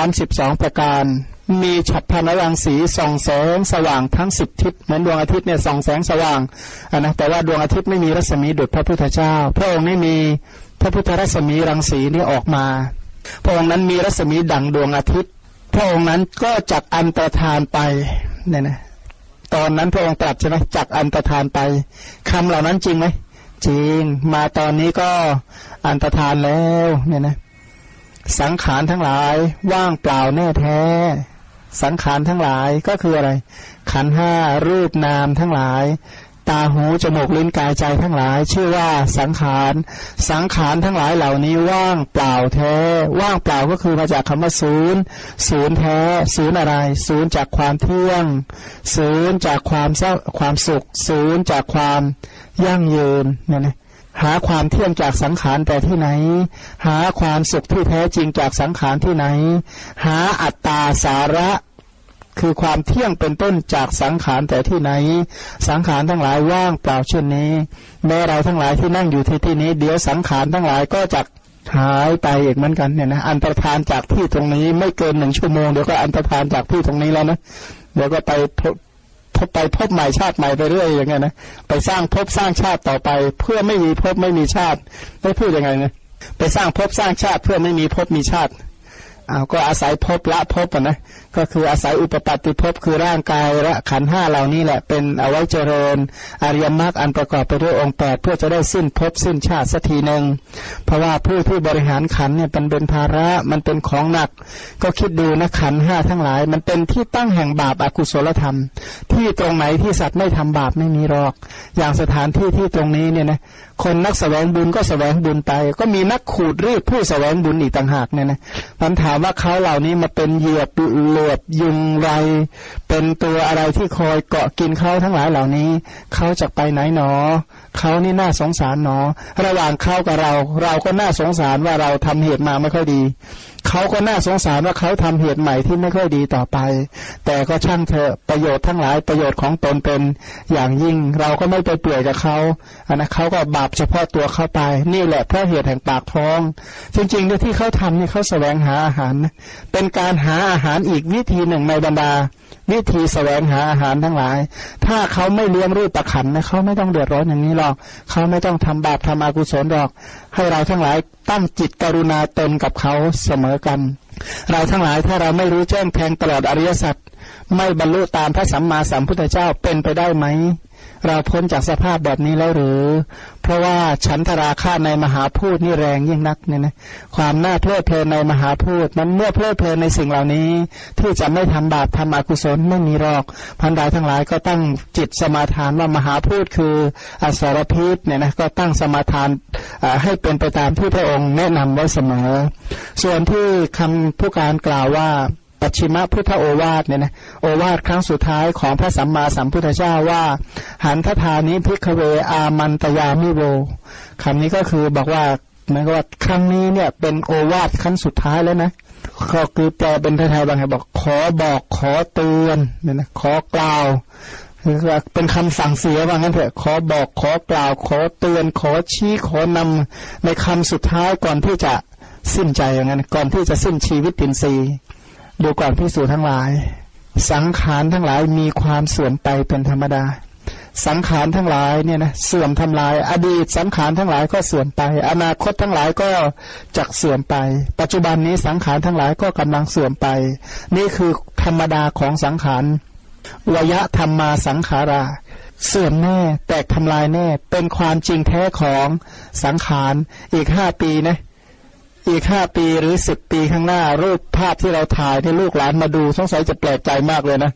32ประการมีฉัพพนรังสีส่องแสงสว่างทั้ง10ทิศเหมือนดวงอาทิตย์เนี่ยส่องแสงสว่างนะแต่ว่าดวงอาทิตย์ไม่มีรัศมีดุจพระพุทธเจ้าพระองค์นี่มีพระพุทธรัศมีรังสีนี่ออกมาพระองค์นั้นมีรัศมีดั่งดวงอาทิตย์พระองค์นั้นก็จักอันตรธานไปเนี่ยนะตอนนั้นพระองค์ตรัสใช่ไหมจักอันตรธานไปคำเหล่านั้นจริงไหมจริงมาตอนนี้ก็อันตรธานแล้วเนี่ยนะสังขารทั้งหลายว่างเปล่าแน่แท้สังขารทั้งหลายก็คืออะไรขันธ์5รูปนามทั้งหลายตาหูจมูกลิ้นกายใจทั้งหลายชื่อว่าสังขารสังขารทั้งหลายเหล่านี้ว่างเปล่าแท้ว่างเปล่าก็คือมาจากคำว่าศูนย์ศูนย์แท้ศูนย์อะไรศูนย์จากความเที่ยงศูนย์จากความสุขศูนย์จากความยั่งยืนเนี่ยนะหาความเที่ยงจากสังขารแต่ที่ไหนหาความสุขที่แท้จริงจากสังขารที่ไหนหาอัตตาสาระคือความเที่ยงเป็นต้นจากสังขารแต่ที่ไหนสังขารทั้งหลายว่างเปล่าเช่นนี้แม้เราทั้งหลายที่นั่งอยู่ที่นี้เดี๋ยวสังขารทั้งหลายก็จะหายไปอีกเหมือนกันเนี่ยนะอันตรธานจากที่ตรงนี้ไม่เกิน1 ชั่วโมงเดี๋ยวก็อันตรธานจากที่ตรงนี้แล้วนะเดี๋ยวก็ไปพบใหม่ชาติใหม่ไปเรื่อยอย่างเงี้ยนะไปสร้างภพสร้างชาติต่อไปเพื่อไม่มีภพไม่มีชาติได้พูดยังไงนะไปสร้างภพสร้างชาติเพื่อไม่มีภพมีชาติก็อาศัยภพละภพนะก็คืออาศัยอุปปัตติภพคือร่างกายและขันธ์5เหล่านี้แหละเป็นเอาไว้เจริญอริยมรรคอันประกอบไปด้วยองค์8เพื่อจะได้สิ้นภพสิ้นชาติสักทีนึงเพราะว่าผู้ที่บริหารขันธ์เนี่ยเป็นภาระมันเป็นของหนักก็คิดดูนะขันธ์5ทั้งหลายมันเป็นที่ตั้งแห่งบาปอกุศลธรรมที่ตรงไหนที่สัตว์ไม่ทำบาปไม่มีหรอกอย่างสถานที่ที่ตรงนี้เนี่ยนะคนนักแสวงบุญก็แสวงบุญไปก็มีนักขูดรีดผู้แสวงบุญอีกต่างหากเนี่ยนะผมถามว่าเขาเหล่านี้มาเป็นเหยียบเหลือบยุงไรเป็นตัวอะไรที่คอยเกาะกินเขาทั้งหลายเหล่านี้เขาจะไปไหนหนอเขานี่น่าสงสารหนอระหว่างเขากับเราก็น่าสงสารว่าเราทำเหตุมาไม่ค่อยดีเขาก็น่าสงสารว่าเขาทำเหตุใหม่ที่ไม่ค่อยดีต่อไปแต่ก็ช่างเถอะประโยชน์ทั้งหลายประโยชน์ของตนเป็นอย่างยิ่งเราก็ไม่ไปเปื่อยกับเขานะเขาก็บาปเฉพาะตัวเข้าไปนี่แหละเพราะเหตุแห่งปากท้องจริงๆที่เขาทำนี่เขาแสวงหาอาหารเป็นการหาอาหารอีกวิธีหนึ่งในบรรดาวิธีแสวงหาอาหารทั้งหลายถ้าเขาไม่เลี้ยงรูปประขันนะเขาไม่ต้องเดือดร้อนอย่างนี้หรอกเขาไม่ต้องทำบาปทำอกุศลหรอกให้เราทั้งหลายตั้งจิตกรุณาตนกับเขาเสมอกันเราทั้งหลายถ้าเราไม่รู้แจ้งแทงตลอดอริยสัจไม่บรรลุตามพระสัมมาสัมพุทธเจ้าเป็นไปได้ไหมเราพ้นจากสภาพแบบนี้แล้วหรือเพราะว่าฉันทราคะในมหาพูดนี่แรงยิ่งนักเนี่ยนะความน่าเพลิดเพลินในมหาพูดมันเมื่อเพลิดเพลินในสิ่งเหล่านี้ที่จะไม่ทำบาปทำอกุศลไม่มีหรอกพันใดทั้งหลายก็ตั้งจิตสมาทานว่ามหาพูดคืออสรพิษเนี่ยนะก็ตั้งสมาทานให้เป็นไปตามที่พระองค์แนะนำไว้เสมอส่วนที่คำผู้การกล่าวว่าปัจฉิมพุทธโอวาทเนี่ยนะโอวาทครั้งสุดท้ายของพระสัมมาสัมพุทธเจ้าว่าหันทธานิภิกขเวอามันตยามิโวคำนี้ก็คือบอกว่าเหมือนกับว่าครั้งนี้เนี่ยเป็นโอวาทครั้งสุดท้ายแล้วนะก็คือแปลเป็นไทยๆบางแห่งบอกขอบอกขอเตือนเนี่ยนะขอกล่าวคือเป็นคำสั่งเสียว่างั้นเถอะขอบอกขอกล่าวขอเตือนขอชี้ขอนำในคำสุดท้ายก่อนที่จะสิ้นใจอย่างนั้นก่อนที่จะสิ้นชีวิตอินทรีย์ดูก่อนภิกษุทั้งหลายสังขารทั้งหลายมีความเสื่อมไปเป็นธรรมดาสังขารทั้งหลายเนี่ยนะเสื่อมทำลายอดีตสังขารทั้งหลายก็เสื่อมไปอนาคตทั้งหลายก็จักเสื่อมไปปัจจุบันนี้สังขารทั้งหลายก็กำลังเสื่อมไปนี่คือธรรมดาของสังขารวยะธรรมาสังขาราเสื่อมแน่แตกทำลายแน่เป็นความจริงแท้ของสังขารอีก5 ปีนะอีก5 ปีหรือ10 ปีข้างหน้ารูปภาพที่เราถ่ายให้ลูกหลานมาดูสงสัยจะแปลกใจมากเลยนะ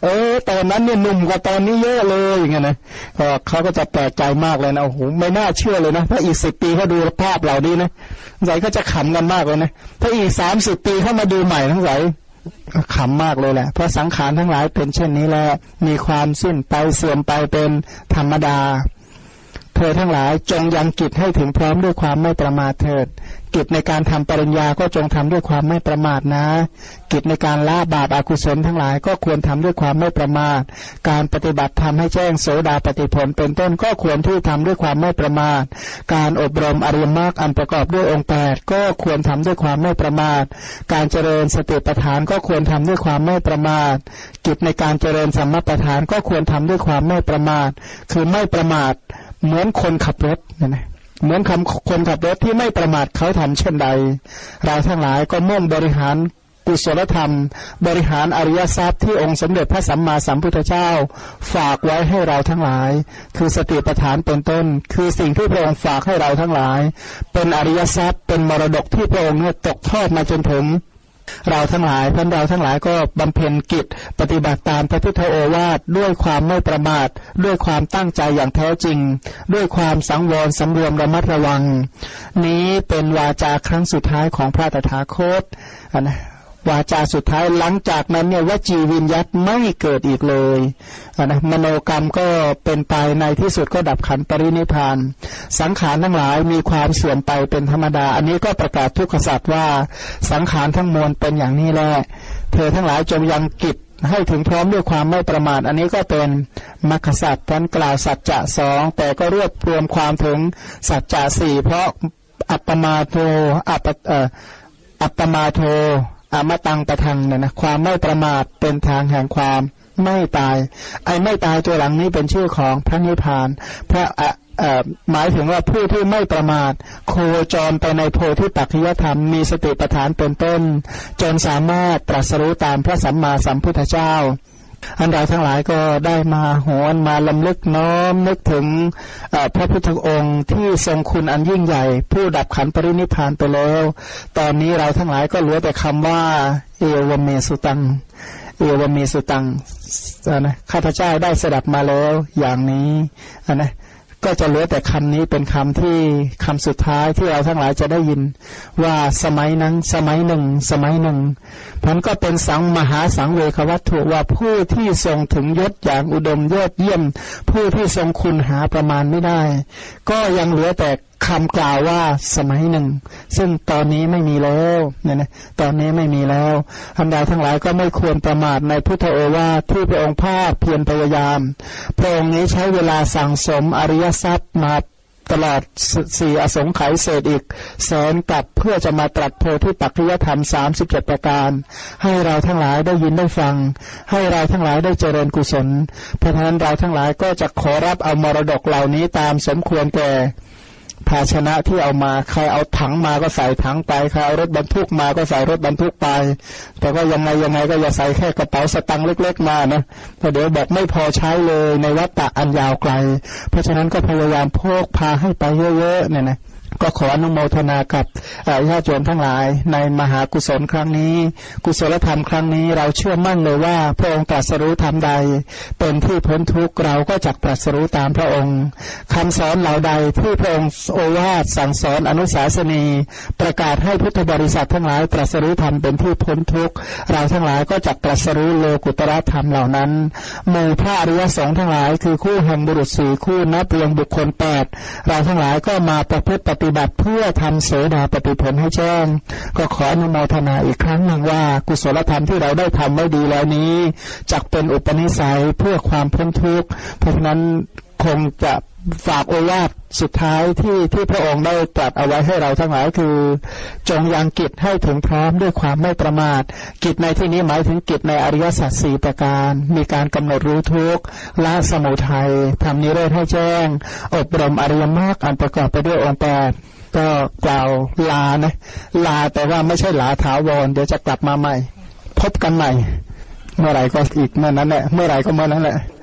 ตอนนั้นเนี่ยหนุ่มกว่าตอนนี้เยอะเลยอย่างเงี้ยนะเขาก็จะแปลกใจมากเลยนะโอ้โหไม่น่าเชื่อเลยนะถ้าอีก10 ปีเขาดูภาพเหล่านี้นะสงสัยก็จะขำกันมากเลยนะถ้าอีก30 ปีเขามาดูใหม่ทั้งหลายขำมากเลยแหละเพราะสังขารทั้งหลายเป็นเช่นนี้แหละมีความสิ้นไปเสื่อมไปเป็นธรรมดาเธอทั้งหลายจงยังกิจให้ถึงพร้อมด้วยความไม่ประมาทเถิดกิจในการทำปริญญาก็จงทำด้วยความไม่ประมาทนะกิจในการละบาปอกุศลทั้งหลายก็ควรทำด้วยความไม่ประมาทการปฏิบัติทำให้แจ้งโสดาปัตติผลเป็นต้นก็ควรที่ทำด้วยความไม่ประมาทการอบรมอริยมรรคอันประกอบด้วยองค์8ก็ควรทำด้วยความไม่ประมาทการเจริญสติปัฏฐานก็ควรทำด้วยความไม่ประมาทกิจในการเจริญสัมมาปัฏฐานก็ควรทำด้วยความไม่ประมาทคือไม่ประมาทเหมือนคนขับรถนะเหมือนคนขับรถที่ไม่ประมาทเขาทำเช่นใดเราทั้งหลายก็มุ่งบริหารกุศลธรรมบริหารอริยทรัพย์ที่องค์สมเด็จพระสัมมาสัมพุทธเจ้าฝากไว้ให้เราทั้งหลายคือสติปัฏฐานเป็นต้นคือสิ่งที่พระองค์ฝากให้เราทั้งหลายเป็นอริยทรัพย์เป็นมรดกที่พระองค์ตกทอดมาจนถึงเราทั้งหลายเราทั้งหลายก็บำเพ็ญกิจปฏิบัติตามพระพุทธโอวาทด้วยความไม่ประมาทด้วยความตั้งใจอย่างแท้จริงด้วยความสังวรสำรวมระมัดระวังนี้เป็นวาจาครั้งสุดท้ายของพระตถาคตนะวาจาสุดท้ายหลังจากนั้นเนี่ยวจีวิญญัตไม่เกิดอีกเลยนะมโนกรรมก็เป็นไปในที่สุดก็ดับขันธ์ปรินิพพานสังขารทั้งหลายมีความเสื่อมไปเป็นธรรมดาอันนี้ก็ประกาศทุกขสัจว่าสังขารทั้งมวลเป็นอย่างนี้แหละเธอทั้งหลายจงยังกิจให้ถึงพร้อมด้วยความไม่ประมาทอันนี้ก็เป็นมรรคสัจท่านกล่าวสัจจะ2แต่ก็รวบรวมความถึงสัจจะ4เพราะอัปปมาโทอัปปมาโทอมตังปะทังเนี่ยนะความไม่ประมาทเป็นทางแห่งความไม่ตายไอ้ไม่ตายตัวหลังนี้เป็นชื่อของพระนิพพานพระหมายถึงว่าผู้ที่ไม่ประมาทโคจรไปในโพธิปัจจยธรรมมีสติปัฏฐานเป็นต้นจนสามารถตรัสรู้ตามพระสัมมาสัมพุทธเจ้าอันเราทั้งหลายก็ได้มาหวนมาลำลึกน้อมนึกถึงพระพุทธองค์ที่ทรงคุณอันยิ่งใหญ่ผู้ดับขันธ์ปรินิพพานไปแล้วตอนนี้เราทั้งหลายก็เหลือแต่คำว่าเอวเมสุตังเอวเมสุตังนะข้าพเจ้าได้สดับมาแล้วอย่างนี้นะก็จะเหลือแต่คำนี้เป็นคำที่คำสุดท้ายที่เราทั้งหลายจะได้ยินว่าสมัยนั้นสมัยหนึ่งสมัยหนึ่งมันก็เป็นสังมหาสังเวควัตถุว่าผู้ที่ทรงถึงยศอย่างอุดมยอดเยี่ยมผู้ที่ทรงคุณหาประมาณไม่ได้ก็ยังเหลือแต่คำกล่าวว่าสมัยหนึ่งซึ่งตอนนี้ไม่มีแล้วเนี่ยนะตอนนี้ไม่มีแล้วธรรมดาทั้งหลายก็ไม่ควรประมาทในพุทธโอวาทที่พระองค์ภาคเพียรพยายามพระองค์นี้ใช้เวลาสั่งสมอริยทรัพย์มาตลอด4อสงไขยเศษอีกแสนกับเพื่อจะมาตรัสโพธิปัจจยธรรม37ประการให้เราทั้งหลายได้ยินได้ฟังให้เราทั้งหลายได้เจริญกุศลเพราะฉะนั้นเราทั้งหลายก็จะขอรับเอามรดกเหล่านี้ตามสมควรแก่ภาชนะที่เอามาใครเอาถังมาก็ใส่ถังไปใครเอารถบรรทุกมาก็ใส่รถบรรทุกไปแต่ก็ยังไงก็อย่าใส่แค่กระเป๋าสตางค์เล็กๆมานะเพราะเดี๋ยวบอกไม่พอใช้เลยในวัฏฏะอันยาวไกลเพราะฉะนั้นก็พยายามพกพาให้ไปเยอะๆเนี่ยนะก็ขออนุโมทนากับญาติโยมทั้งหลายในมหากุศลครั้งนี้กุศลธรรมครั้งนี้เราเชื่อมั่นเลยว่าพระองค์ตรัสรู้ธรรมใดเป็นที่พ้นทุกข์เราก็จักตรัสรู้ตามพระองค์คำสอนเหล่าใดที่พระองค์โอวาทสั่งสอนอนุสาสนีประกาศให้พุทธบริษัททั้งหลายตรัสรู้ธรรมเป็นที่พ้นทุกข์เราทั้งหลายก็จักตรัสรู้โลกุตตรธรรมเหล่านั้นหมู่พระอริยสงฆ์ทั้งหลายคือคู่แห่งบุรุษ4คู่นับรวมบุคคล8เราทั้งหลายก็มาประพฤติปฏิบัติเพื่อทำโสดาปัตติผลให้แจ้งก็ขออนุโมทนาอีกครั้งหนึ่งว่ากุศลธรรมที่เราได้ทำไว้ดีแล้วนี้จักเป็นอุปนิสัยเพื่อความพ้นทุกข์เพราะฉะนั้นคงจะฝากโอวาทสุดท้ายที่พระองค์ได้ตรัสเอาไว้ให้เราทั้งหลายคือจงยังกิจให้ถึงพร้อมด้วยความไม่ประมาทกิจในที่นี้หมายถึงกิจในอริยสัจ4ประการมีการกำหนดรู้ทุกข์ละสมุทัยทำนิโรธให้แจ้งอบรมอริยมรรคอันประกอบไปด้วยองค์8ก็กล่าวลานะลาแต่ว่าไม่ใช่ลาถาวรเดี๋ยวจะกลับมาใหม่พบกันใหม่เมื่อไหร่ก็อีกเมื่อนั้นแหละเมื่อไหร่ก็เมื่อนั้นแหละ